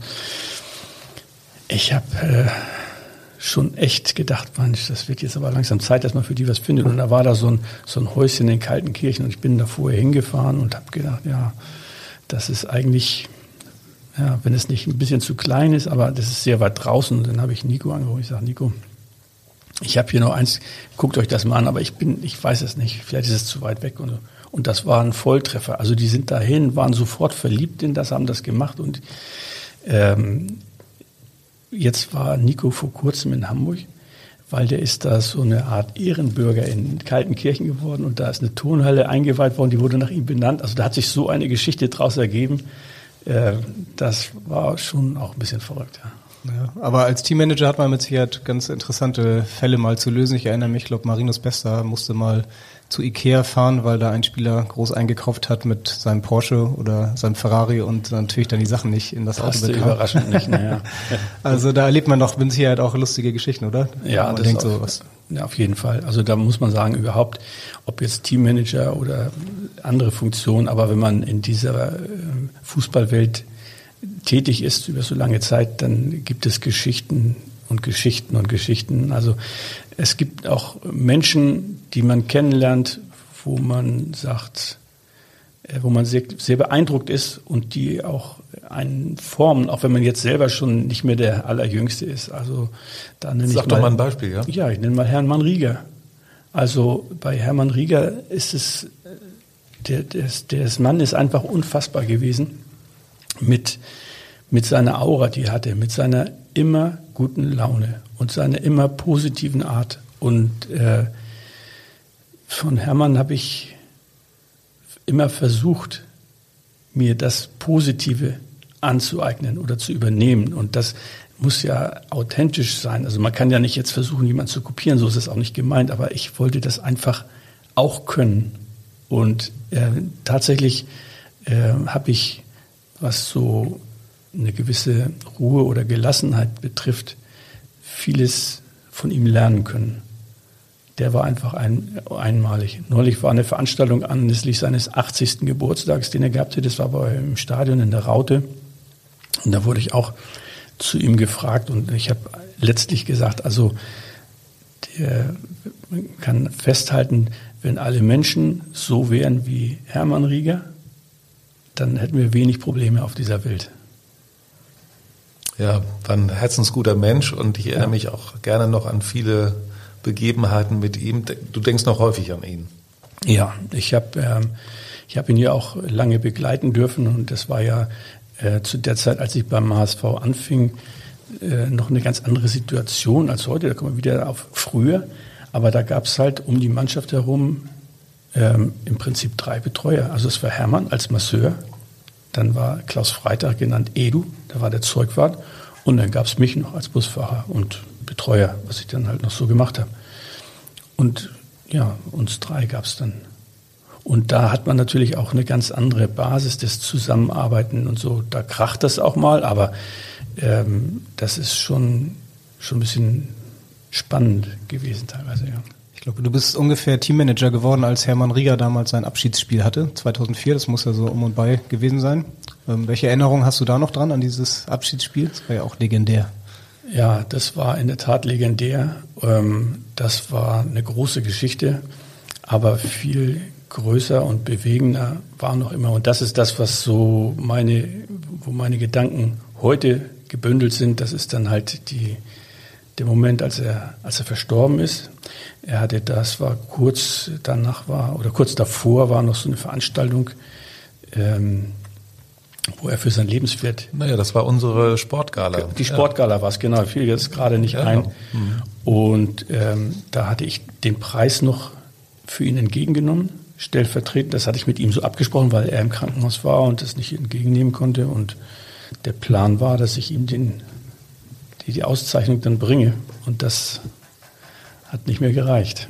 ich habe äh, schon echt gedacht, Mensch, das wird jetzt aber langsam Zeit, dass man für die was findet. Und da war da so ein, so ein Häuschen in Kaltenkirchen und ich bin da vorher hingefahren und habe gedacht, ja, das ist eigentlich, ja, wenn es nicht ein bisschen zu klein ist, aber das ist sehr weit draußen. Und dann habe ich Nico angerufen. Ich sage, Nico, ich habe hier noch eins, guckt euch das mal an, aber ich bin, ich weiß es nicht, vielleicht ist es zu weit weg und so. Und das war ein Volltreffer. Also die sind dahin, waren sofort verliebt in das, haben das gemacht. Und ähm, jetzt war Nico vor kurzem in Hamburg, weil der ist da so eine Art Ehrenbürger in Kaltenkirchen geworden. Und da ist eine Turnhalle eingeweiht worden, die wurde nach ihm benannt. Also da hat sich so eine Geschichte draus ergeben. Äh, das war schon auch ein bisschen verrückt, ja. Ja, aber als Teammanager hat man mit Sicherheit ganz interessante Fälle mal zu lösen. Ich erinnere mich, ich glaube, Marinus Bester musste mal zu Ikea fahren, weil da ein Spieler groß eingekauft hat mit seinem Porsche oder seinem Ferrari und natürlich dann die Sachen nicht in das Auto Passte bekam. überraschend nicht, naja. Also da erlebt man doch mit Sicherheit auch lustige Geschichten, oder? Ja, man das denkt auf, so was. Ja, auf jeden Fall. Also da muss man sagen, überhaupt, ob jetzt Teammanager oder andere Funktionen, aber wenn man in dieser äh, Fußballwelt tätig ist über so lange Zeit, dann gibt es Geschichten und Geschichten und Geschichten. Also es gibt auch Menschen, die man kennenlernt, wo man sagt, wo man sehr, sehr beeindruckt ist und die auch einen formen, auch wenn man jetzt selber schon nicht mehr der Allerjüngste ist. Also da nenne Sag ich doch mal, mal ein Beispiel, ja? Ja, ich nenne mal Hermann Rieger. Also bei Hermann Rieger ist es, der, der, der Mann ist einfach unfassbar gewesen mit, mit seiner Aura, die er hatte, mit seiner immer guten Laune und seiner immer positiven Art. Und äh, von Hermann habe ich immer versucht, mir das Positive anzueignen oder zu übernehmen. Und das muss ja authentisch sein. Also man kann ja nicht jetzt versuchen, jemanden zu kopieren, so ist es auch nicht gemeint, aber ich wollte das einfach auch können. Und äh, tatsächlich äh, habe ich, was so eine gewisse Ruhe oder Gelassenheit betrifft, vieles von ihm lernen können. Der war einfach ein, einmalig. Neulich war eine Veranstaltung anlässlich seines achtzigsten Geburtstags, den er gehabt hat. Das war bei im Stadion in der Raute. Und da wurde ich auch zu ihm gefragt und ich habe letztlich gesagt, also der, man kann festhalten, wenn alle Menschen so wären wie Hermann Rieger, dann hätten wir wenig Probleme auf dieser Welt. Ja, war ein herzensguter Mensch und ich erinnere ja. mich auch gerne noch an viele Begebenheiten mit ihm. Du denkst noch häufig an ihn. Ja, ich habe ähm, ich hab ihn ja auch lange begleiten dürfen und das war ja äh, zu der Zeit, als ich beim H S V anfing, äh, noch eine ganz andere Situation als heute. Da kommen wir wieder auf früher. Aber da gab es halt um die Mannschaft herum ähm, im Prinzip drei Betreuer. Also es war Hermann als Masseur, dann war Klaus Freitag, genannt Edu, der war der Zeugwart, und dann gab es mich noch als Busfahrer und Betreuer, was ich dann halt noch so gemacht habe. Und ja, uns drei gab es dann. Und da hat man natürlich auch eine ganz andere Basis des Zusammenarbeiten und so. Da kracht das auch mal, aber ähm, das ist schon, schon ein bisschen spannend gewesen teilweise, ja. Ich glaube, du bist ungefähr Teammanager geworden, als Hermann Rieger damals sein Abschiedsspiel hatte, zweitausendvier, das muss ja so um und bei gewesen sein. Ähm, welche Erinnerungen hast du da noch dran an dieses Abschiedsspiel? Das war ja auch legendär. Ja, das war in der Tat legendär. Ähm, das war eine große Geschichte, aber viel größer und bewegender war noch immer. Und das ist das, was so meine, wo meine Gedanken heute gebündelt sind. Das ist dann halt die, der Moment, als er, als er verstorben ist. Er hatte, das war kurz danach war, oder kurz davor war noch so eine Veranstaltung, ähm, wo er für sein Lebenswert... Naja, das war unsere Sportgala. Die Sportgala ja. war es, genau. Fiel jetzt gerade nicht ja, ein. Mhm. Und ähm, da hatte ich den Preis noch für ihn entgegengenommen, stellvertretend. Das hatte ich mit ihm so abgesprochen, weil er im Krankenhaus war und das nicht entgegennehmen konnte. Und der Plan war, dass ich ihm den, die, die Auszeichnung dann bringe. Und das hat nicht mehr gereicht.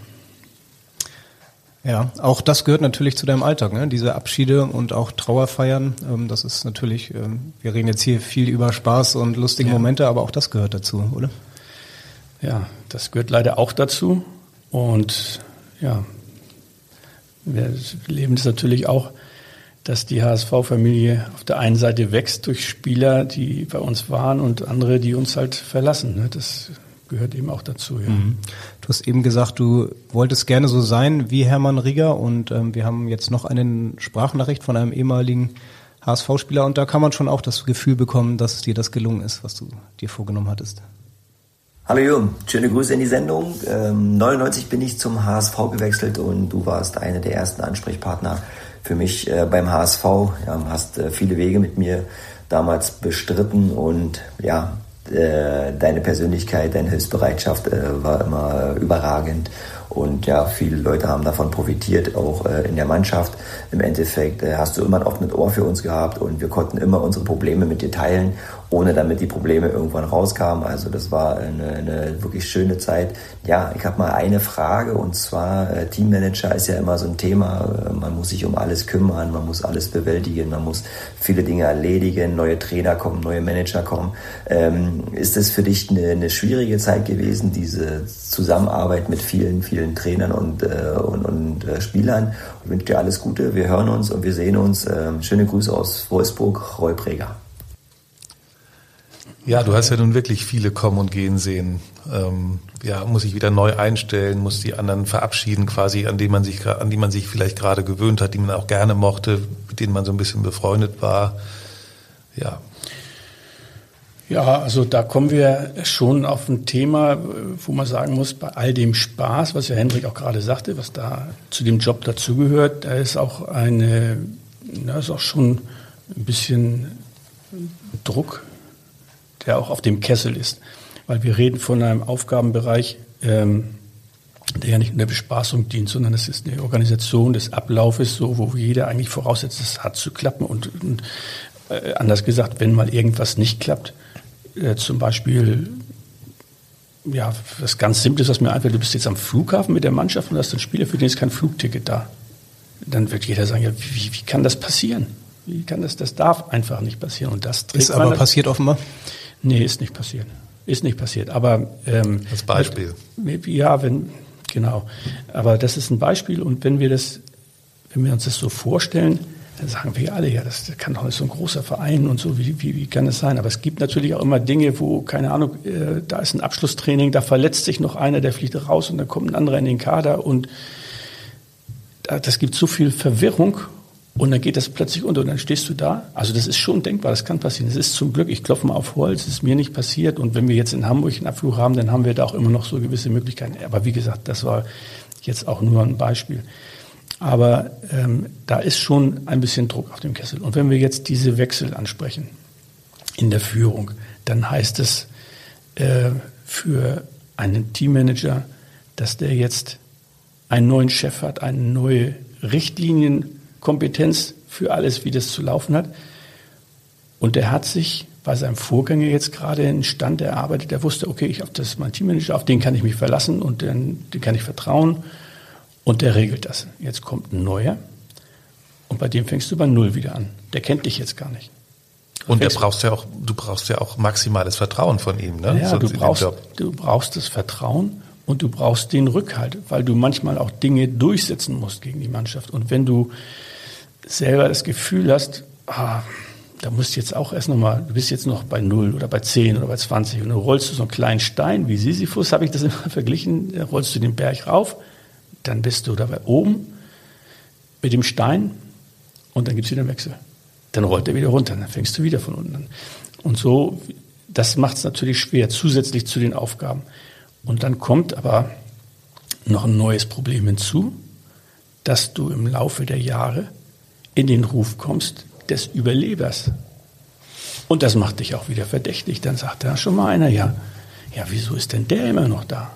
Ja, auch das gehört natürlich zu deinem Alltag, ne? Diese Abschiede und auch Trauerfeiern. Ähm, das ist natürlich, ähm, wir reden jetzt hier viel über Spaß und lustige ja. Momente, aber auch das gehört dazu, oder? Ja, das gehört leider auch dazu. Und ja, wir leben das natürlich auch, dass die H S V-Familie auf der einen Seite wächst durch Spieler, die bei uns waren und andere, die uns halt verlassen. Ne? Das gehört eben auch dazu. Ja. Mhm. Du hast eben gesagt, du wolltest gerne so sein wie Hermann Rieger und ähm, wir haben jetzt noch eine Sprachnachricht von einem ehemaligen H S V-Spieler und da kann man schon auch das Gefühl bekommen, dass dir das gelungen ist, was du dir vorgenommen hattest. Hallo Jürgen, schöne Grüße in die Sendung. Ähm, neunundneunzig bin ich zum H S V gewechselt und du warst einer der ersten Ansprechpartner für mich äh, beim H S V. Ja, hast äh, viele Wege mit mir damals bestritten und ja, deine Persönlichkeit, deine Hilfsbereitschaft äh, war immer überragend und ja, viele Leute haben davon profitiert, auch äh, in der Mannschaft. Im Endeffekt äh, hast du immer ein offenes Ohr für uns gehabt und wir konnten immer unsere Probleme mit dir teilen, ohne damit die Probleme irgendwann rauskamen. Also das war eine, eine wirklich schöne Zeit. Ja, ich habe mal eine Frage und zwar, äh, Teammanager ist ja immer so ein Thema. Man muss sich um alles kümmern, man muss alles bewältigen, man muss viele Dinge erledigen, neue Trainer kommen, neue Manager kommen. Ähm, ist es für dich eine, eine schwierige Zeit gewesen, diese Zusammenarbeit mit vielen, vielen Trainern und, äh, und, und äh, Spielern? Ich wünsche dir alles Gute, wir hören uns und wir sehen uns. Ähm, schöne Grüße aus Wolfsburg, Roy Preger. Ja, du hast ja nun wirklich viele kommen und gehen sehen. Ähm, ja, muss ich wieder neu einstellen, muss die anderen verabschieden, quasi, an die man sich, an die man sich vielleicht gerade gewöhnt hat, die man auch gerne mochte, mit denen man so ein bisschen befreundet war. Ja. Ja, also da kommen wir schon auf ein Thema, wo man sagen muss, bei all dem Spaß, was ja Hendrik auch gerade sagte, was da zu dem Job dazugehört, da ist auch eine, da ist auch schon ein bisschen Druck, der auch auf dem Kessel ist. Weil wir reden von einem Aufgabenbereich, ähm, der ja nicht nur der Bespaßung dient, sondern es ist eine Organisation des Ablaufes, so wo jeder eigentlich voraussetzt, es hat zu klappen. Und, und äh, anders gesagt, wenn mal irgendwas nicht klappt, äh, zum Beispiel, ja, was ganz Simples, was mir einfällt, du bist jetzt am Flughafen mit der Mannschaft und hast einen Spieler, für den ist kein Flugticket da. Dann wird jeder sagen, ja, wie, wie kann das passieren? Wie kann das, das darf einfach nicht passieren. Und das ist aber passiert offenbar? Nee, ist nicht passiert. Ist nicht passiert. Aber ähm, als Beispiel. Ja, wenn genau. Aber das ist ein Beispiel. Und wenn wir das, wenn wir uns das so vorstellen, dann sagen wir alle, ja, das kann doch nicht so ein großer Verein und so. Wie, wie, wie kann das sein? Aber es gibt natürlich auch immer Dinge, wo keine Ahnung, äh, da ist ein Abschlusstraining, da verletzt sich noch einer, der fliegt raus und dann kommt ein anderer in den Kader und da, das gibt so viel Verwirrung. Und dann geht das plötzlich unter und dann stehst du da. Also das ist schon denkbar, das kann passieren. Es ist zum Glück, ich klopfe mal auf Holz, es ist mir nicht passiert. Und wenn wir jetzt in Hamburg einen Abflug haben, dann haben wir da auch immer noch so gewisse Möglichkeiten. Aber wie gesagt, das war jetzt auch nur ein Beispiel. Aber ähm, da ist schon ein bisschen Druck auf dem Kessel. Und wenn wir jetzt diese Wechsel ansprechen in der Führung, dann heißt es äh, für einen Teammanager, dass der jetzt einen neuen Chef hat, eine neue Richtlinien Kompetenz für alles, wie das zu laufen hat. Und der hat sich bei seinem Vorgänger jetzt gerade einen Stand erarbeitet, der wusste, okay, ich, das ist mein Teammanager, auf den kann ich mich verlassen und den, den kann ich vertrauen und der regelt das. Jetzt kommt ein neuer und bei dem fängst du bei Null wieder an. Der kennt dich jetzt gar nicht. Und der brauchst ja auch, du brauchst ja auch maximales Vertrauen von ihm, ne? Ja, du brauchst, du brauchst das Vertrauen und du brauchst den Rückhalt, weil du manchmal auch Dinge durchsetzen musst gegen die Mannschaft. Und wenn du selber das Gefühl hast, ah, da musst du jetzt auch erst nochmal, du bist jetzt noch bei null oder bei zehn oder bei zwanzig und dann rollst du so einen kleinen Stein, wie Sisyphus, habe ich das immer verglichen, dann rollst du den Berg rauf, dann bist du dabei oben, mit dem Stein und dann gibt es wieder einen Wechsel. Dann rollt er wieder runter, dann fängst du wieder von unten an. Und so, das macht es natürlich schwer, zusätzlich zu den Aufgaben. Und dann kommt aber noch ein neues Problem hinzu, dass du im Laufe der Jahre in den Ruf kommst des Überlebers. Und das macht dich auch wieder verdächtig. Dann sagt da schon mal einer, ja, ja, wieso ist denn der immer noch da?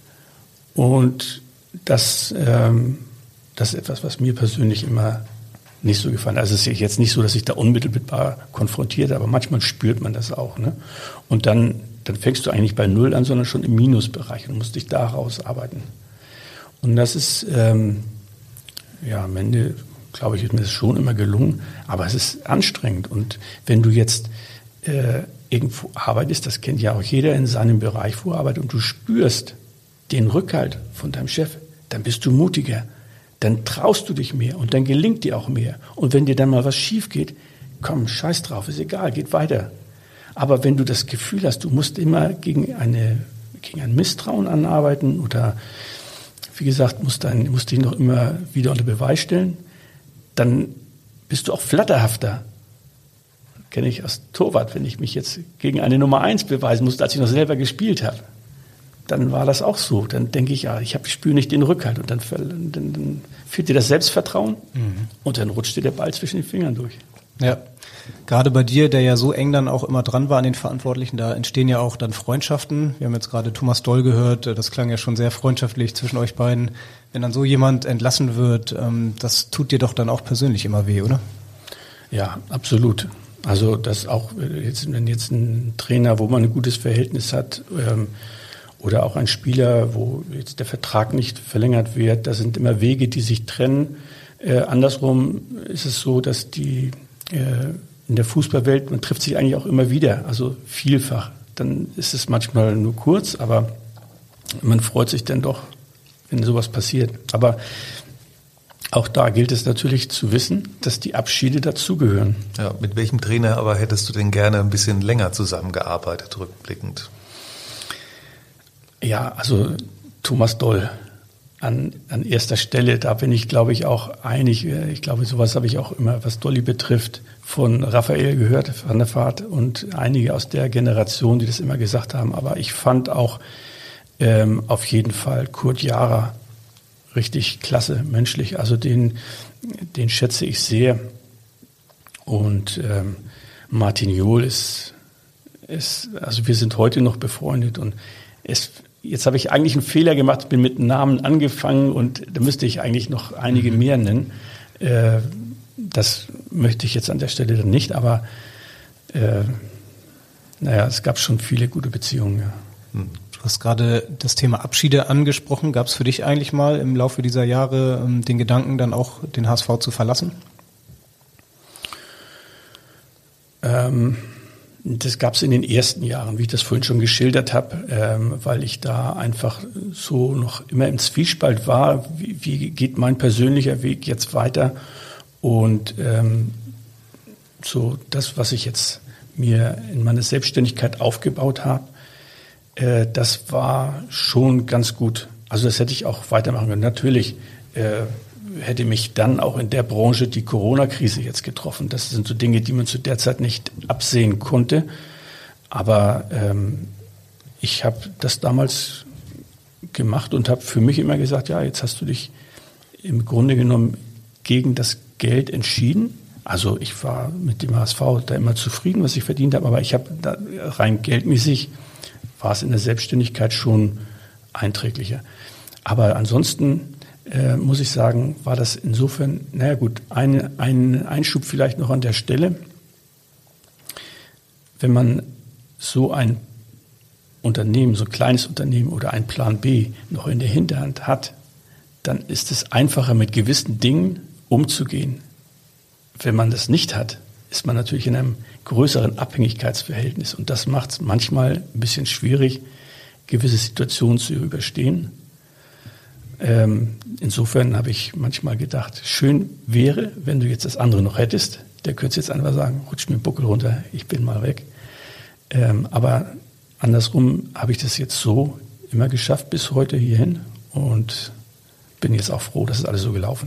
Und das, ähm, das ist etwas, was mir persönlich immer nicht so gefallen. Also es ist jetzt nicht so, dass ich da unmittelbar konfrontiert, aber manchmal spürt man das auch. Ne? Und dann, dann fängst du eigentlich bei Null an, sondern schon im Minusbereich und musst dich da rausarbeiten. Und das ist, ähm, ja, am Ende, glaube ich, ist mir das schon immer gelungen, aber es ist anstrengend. Und wenn du jetzt äh, irgendwo arbeitest, das kennt ja auch jeder in seinem Bereich, wo er arbeitet, und du spürst den Rückhalt von deinem Chef, dann bist du mutiger. Dann traust du dich mehr und dann gelingt dir auch mehr. Und wenn dir dann mal was schief geht, komm, scheiß drauf, ist egal, geht weiter. Aber wenn du das Gefühl hast, du musst immer gegen, eine, gegen ein Misstrauen anarbeiten oder, wie gesagt, musst, dein, musst dich noch immer wieder unter Beweis stellen, dann bist du auch flatterhafter. Kenne ich als Torwart, wenn ich mich jetzt gegen eine Nummer eins beweisen musste, als ich noch selber gespielt habe. Dann war das auch so. Dann denke ich, ja, ich hab, spüre nicht den Rückhalt. Und dann, dann, dann fehlt dir das Selbstvertrauen mhm. und dann rutscht dir der Ball zwischen den Fingern durch. Ja, gerade bei dir, der ja so eng dann auch immer dran war an den Verantwortlichen, da entstehen ja auch dann Freundschaften. Wir haben jetzt gerade Thomas Doll gehört, das klang ja schon sehr freundschaftlich zwischen euch beiden. Wenn dann so jemand entlassen wird, das tut dir doch dann auch persönlich immer weh, oder? Ja, absolut. Also das auch, jetzt, wenn jetzt ein Trainer, wo man ein gutes Verhältnis hat, ähm, oder auch ein Spieler, wo jetzt der Vertrag nicht verlängert wird, da sind immer Wege, die sich trennen. Äh, andersrum ist es so, dass die äh, in der Fußballwelt, man trifft sich eigentlich auch immer wieder, also vielfach. Dann ist es manchmal nur kurz, aber man freut sich dann doch, wenn sowas passiert. Aber auch da gilt es natürlich zu wissen, dass die Abschiede dazugehören. Ja, mit welchem Trainer aber hättest du denn gerne ein bisschen länger zusammengearbeitet, rückblickend? Ja, also Thomas Doll an, an erster Stelle, da bin ich, glaube ich, auch einig. Ich glaube, sowas habe ich auch immer, was Dolly betrifft, von Raphael gehört, Van der Vaart und einige aus der Generation, die das immer gesagt haben. Aber ich fand auch ähm, auf jeden Fall Kurt Jara richtig klasse, menschlich. Also den, den schätze ich sehr. Und ähm, Martin Jol ist, ist, also wir sind heute noch befreundet und es Jetzt habe ich eigentlich einen Fehler gemacht, bin mit Namen angefangen und da müsste ich eigentlich noch einige mehr nennen. Äh, das möchte ich jetzt an der Stelle dann nicht, aber äh, naja, es gab schon viele gute Beziehungen. Ja. Du hast gerade das Thema Abschiede angesprochen. Gab es für dich eigentlich mal im Laufe dieser Jahre ähm, den Gedanken, dann auch den H S V zu verlassen? Ähm... Das gab es in den ersten Jahren, wie ich das vorhin schon geschildert habe, ähm, weil ich da einfach so noch immer im Zwiespalt war. Wie, wie geht mein persönlicher Weg jetzt weiter? Und ähm, so das, was ich jetzt mir in meiner Selbstständigkeit aufgebaut habe, äh, das war schon ganz gut. Also das hätte ich auch weitermachen können. Natürlich äh, hätte mich dann auch in der Branche die Corona-Krise jetzt getroffen. Das sind so Dinge, die man zu der Zeit nicht absehen konnte. Aber ähm, ich habe das damals gemacht und habe für mich immer gesagt, ja, jetzt hast du dich im Grunde genommen gegen das Geld entschieden. Also ich war mit dem H S V da immer zufrieden, was ich verdient habe, aber ich habe da rein geldmäßig war es in der Selbstständigkeit schon einträglicher. Aber ansonsten Äh, muss ich sagen, war das insofern, naja gut, ein, ein Einschub vielleicht noch an der Stelle. Wenn man so ein Unternehmen, so ein kleines Unternehmen oder ein Plan B noch in der Hinterhand hat, dann ist es einfacher, mit gewissen Dingen umzugehen. Wenn man das nicht hat, ist man natürlich in einem größeren Abhängigkeitsverhältnis und das macht es manchmal ein bisschen schwierig, gewisse Situationen zu überstehen. Ähm, insofern habe ich manchmal gedacht, schön wäre, wenn du jetzt das andere noch hättest. Der könnte jetzt einfach sagen, rutsch mir den Buckel runter, ich bin mal weg. Ähm, aber andersrum habe ich das jetzt so immer geschafft bis heute hierhin und bin jetzt auch froh, dass es alles so gelaufen ist.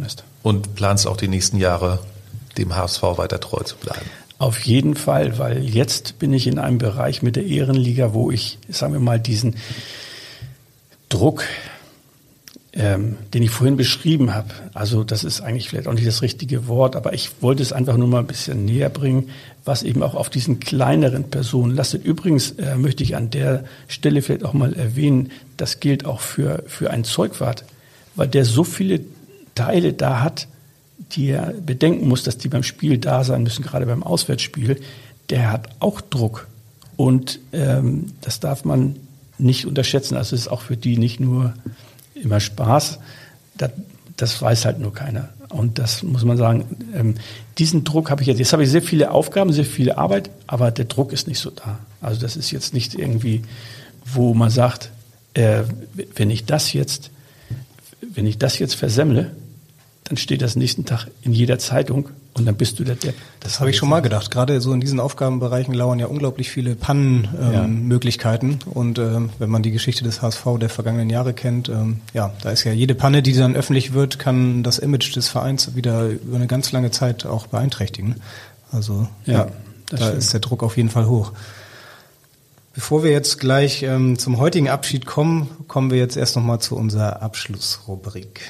und planst auch die nächsten Jahre dem H S V weiter treu zu bleiben. Auf jeden Fall, weil jetzt bin ich in einem Bereich mit der Ehrenliga, wo ich, sagen wir mal, diesen Druck, ähm, den ich vorhin beschrieben habe, also das ist eigentlich vielleicht auch nicht das richtige Wort, aber ich wollte es einfach nur mal ein bisschen näher bringen, was eben auch auf diesen kleineren Personen lastet. Übrigens äh, möchte ich an der Stelle vielleicht auch mal erwähnen, das gilt auch für, für einen Zeugwart, weil der so viele Teile da hat, die er bedenken muss, dass die beim Spiel da sein müssen, gerade beim Auswärtsspiel, der hat auch Druck. Und ähm, das darf man nicht unterschätzen. Also es ist auch für die nicht nur immer Spaß, das, das weiß halt nur keiner. Und das muss man sagen, ähm, diesen Druck habe ich jetzt. Jetzt habe ich sehr viele Aufgaben, sehr viel Arbeit, aber der Druck ist nicht so da. Also das ist jetzt nicht irgendwie, wo man sagt, äh, wenn ich das jetzt, wenn ich das jetzt versemmle, dann steht das nächsten Tag in jeder Zeitung und dann bist du der Depp. Das, das habe ich schon mal gedacht. Gerade so in diesen Aufgabenbereichen lauern ja unglaublich viele Pannenmöglichkeiten. Ähm, ja. Und ähm, wenn man die Geschichte des H S V der vergangenen Jahre kennt, ähm, ja, da ist ja jede Panne, die dann öffentlich wird, kann das Image des Vereins wieder über eine ganz lange Zeit auch beeinträchtigen. Also ja, ja da stimmt. Ist der Druck auf jeden Fall hoch. Bevor wir jetzt gleich ähm, zum heutigen Abschied kommen, kommen wir jetzt erst nochmal zu unserer Abschlussrubrik.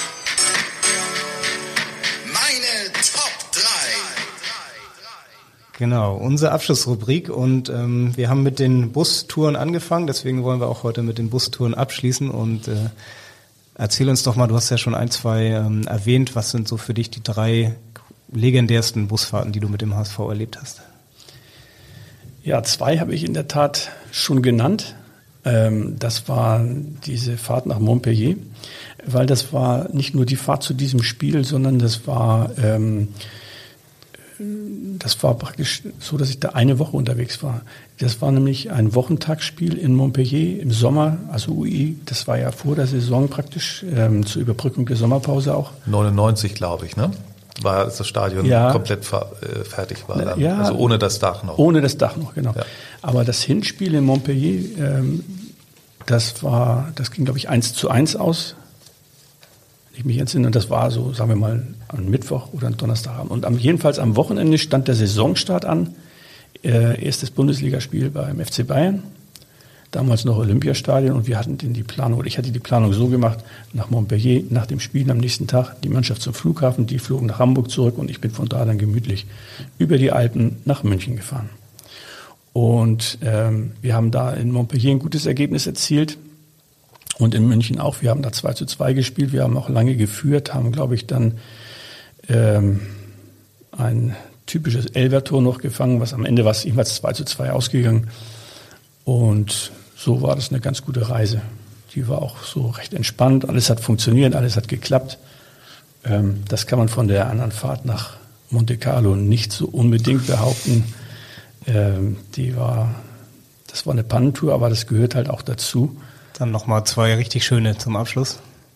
Genau, unsere Abschlussrubrik und ähm, wir haben mit den Bustouren angefangen, deswegen wollen wir auch heute mit den Bustouren abschließen und äh, erzähl uns doch mal, du hast ja schon ein, zwei ähm, erwähnt, was sind so für dich die drei legendärsten Busfahrten, die du mit dem H S V erlebt hast? Ja, zwei habe ich in der Tat schon genannt. Ähm, das war diese Fahrt nach Montpellier, weil das war nicht nur die Fahrt zu diesem Spiel, sondern das war... Ähm, Das war praktisch so, dass ich da eine Woche unterwegs war. Das war nämlich ein Wochentagsspiel in Montpellier im Sommer, also U I. Das war ja vor der Saison praktisch, ähm, zur Überbrückung der Sommerpause auch. neunundneunzig, glaube ich, ne? War das Stadion ja. komplett fer- äh, fertig war dann. Ja, also ohne das Dach noch. Ohne das Dach noch, genau. Ja. Aber das Hinspiel in Montpellier, ähm, das war, das ging, glaube ich, eins zu eins aus. Ich mich entsinne, und das war so, sagen wir mal, am Mittwoch oder am Donnerstagabend. Und am, jedenfalls am Wochenende stand der Saisonstart an. Äh, erstes Bundesligaspiel beim F C Bayern, damals noch Olympiastadion. Und wir hatten den die Planung, oder ich hatte die Planung so gemacht, nach Montpellier, nach dem Spiel am nächsten Tag, die Mannschaft zum Flughafen, die flogen nach Hamburg zurück und ich bin von da dann gemütlich über die Alpen nach München gefahren. Und ähm, wir haben da in Montpellier ein gutes Ergebnis erzielt. Und in München auch. Wir haben da zwei zu zwei gespielt. Wir haben auch lange geführt, haben, glaube ich, dann ähm, ein typisches Elfer-Tor noch gefangen, was am Ende war es jeweils zwei zu zwei ausgegangen. Und so war das eine ganz gute Reise. Die war auch so recht entspannt. Alles hat funktioniert, alles hat geklappt. Ähm, das kann man von der anderen Fahrt nach Monte Carlo nicht so unbedingt behaupten. Ähm, die war, das war eine Pannentour, aber das gehört halt auch dazu. Dann nochmal zwei richtig schöne zum Abschluss.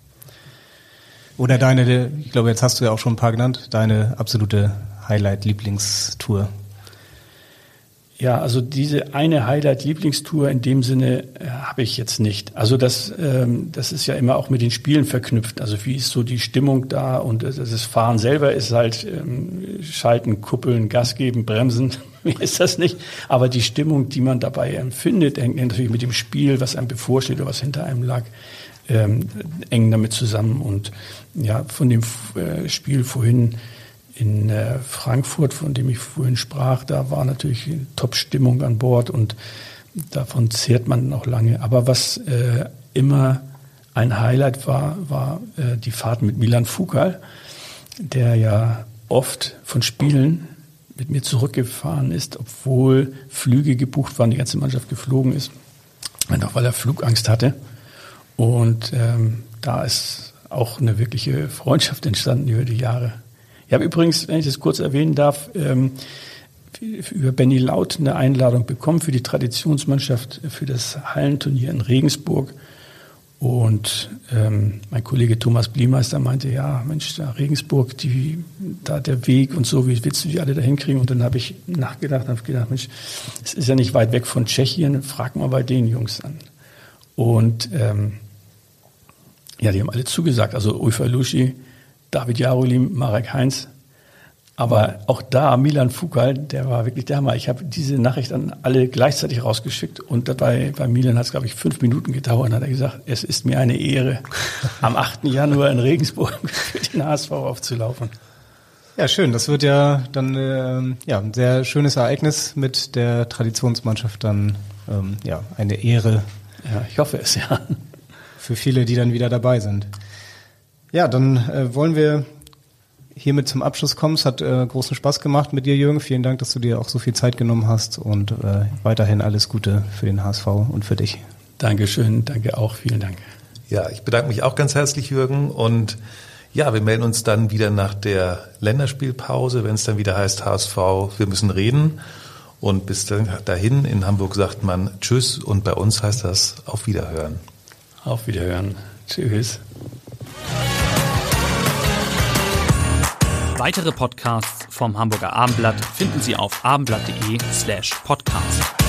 Oder deine, ich glaube, jetzt hast du ja auch schon ein paar genannt, deine absolute Highlight-Lieblingstour. Ja, also diese eine Highlight-Lieblingstour in dem Sinne äh, habe ich jetzt nicht. Also das, ähm, das ist ja immer auch mit den Spielen verknüpft. Also wie ist so die Stimmung da und äh, das Fahren selber ist halt ähm, Schalten, Kuppeln, Gas geben, Bremsen. Wie ist das nicht? Aber die Stimmung, die man dabei empfindet, hängt natürlich mit dem Spiel, was einem bevorsteht oder was hinter einem lag, ähm, eng damit zusammen. Und ja, von dem äh, Spiel vorhin in äh, Frankfurt, von dem ich vorhin sprach, da war natürlich Top-Stimmung an Bord und davon zehrt man noch lange. Aber was äh, immer ein Highlight war, war äh, die Fahrt mit Milan Foucault, der ja oft von Spielen mit mir zurückgefahren ist, obwohl Flüge gebucht waren, die ganze Mannschaft geflogen ist, einfach weil er Flugangst hatte. Und ähm, da ist auch eine wirkliche Freundschaft entstanden über die Jahre. Ich habe übrigens, wenn ich das kurz erwähnen darf, ähm, über Benny Laut eine Einladung bekommen für die Traditionsmannschaft für das Hallenturnier in Regensburg. Und ähm, mein Kollege Thomas Bliemeister meinte, ja, Mensch, da Regensburg, die, da der Weg und so, wie willst du die alle da hinkriegen? Und dann habe ich nachgedacht und habe gedacht, Mensch, es ist ja nicht weit weg von Tschechien, frag mal bei den Jungs an. Und ähm, ja, die haben alle zugesagt. Also Ujfa Lushi, David Jarolim, Marek Heinz. Aber auch da, Milan Fukal, der war wirklich der Hammer. Ich habe diese Nachricht an alle gleichzeitig rausgeschickt und dabei bei Milan hat es, glaube ich, fünf Minuten gedauert. Und hat er gesagt, es ist mir eine Ehre, am achten Januar in Regensburg für den H S V aufzulaufen. Ja, schön. Das wird ja dann äh, ja, ein sehr schönes Ereignis mit der Traditionsmannschaft dann ähm, ja eine Ehre. Ja, ich hoffe es, ja. Für viele, die dann wieder dabei sind. Ja, dann äh, wollen wir hiermit zum Abschluss kommen. Es hat äh, großen Spaß gemacht mit dir, Jürgen. Vielen Dank, dass du dir auch so viel Zeit genommen hast und äh, weiterhin alles Gute für den H S V und für dich. Dankeschön, danke auch, vielen Dank. Ja, ich bedanke mich auch ganz herzlich, Jürgen. Und ja, wir melden uns dann wieder nach der Länderspielpause, wenn es dann wieder heißt H S V, wir müssen reden. Und bis dahin, in Hamburg sagt man Tschüss und bei uns heißt das Auf Wiederhören. Auf Wiederhören. Tschüss. Weitere Podcasts vom Hamburger Abendblatt finden Sie auf abendblatt.de slash podcast.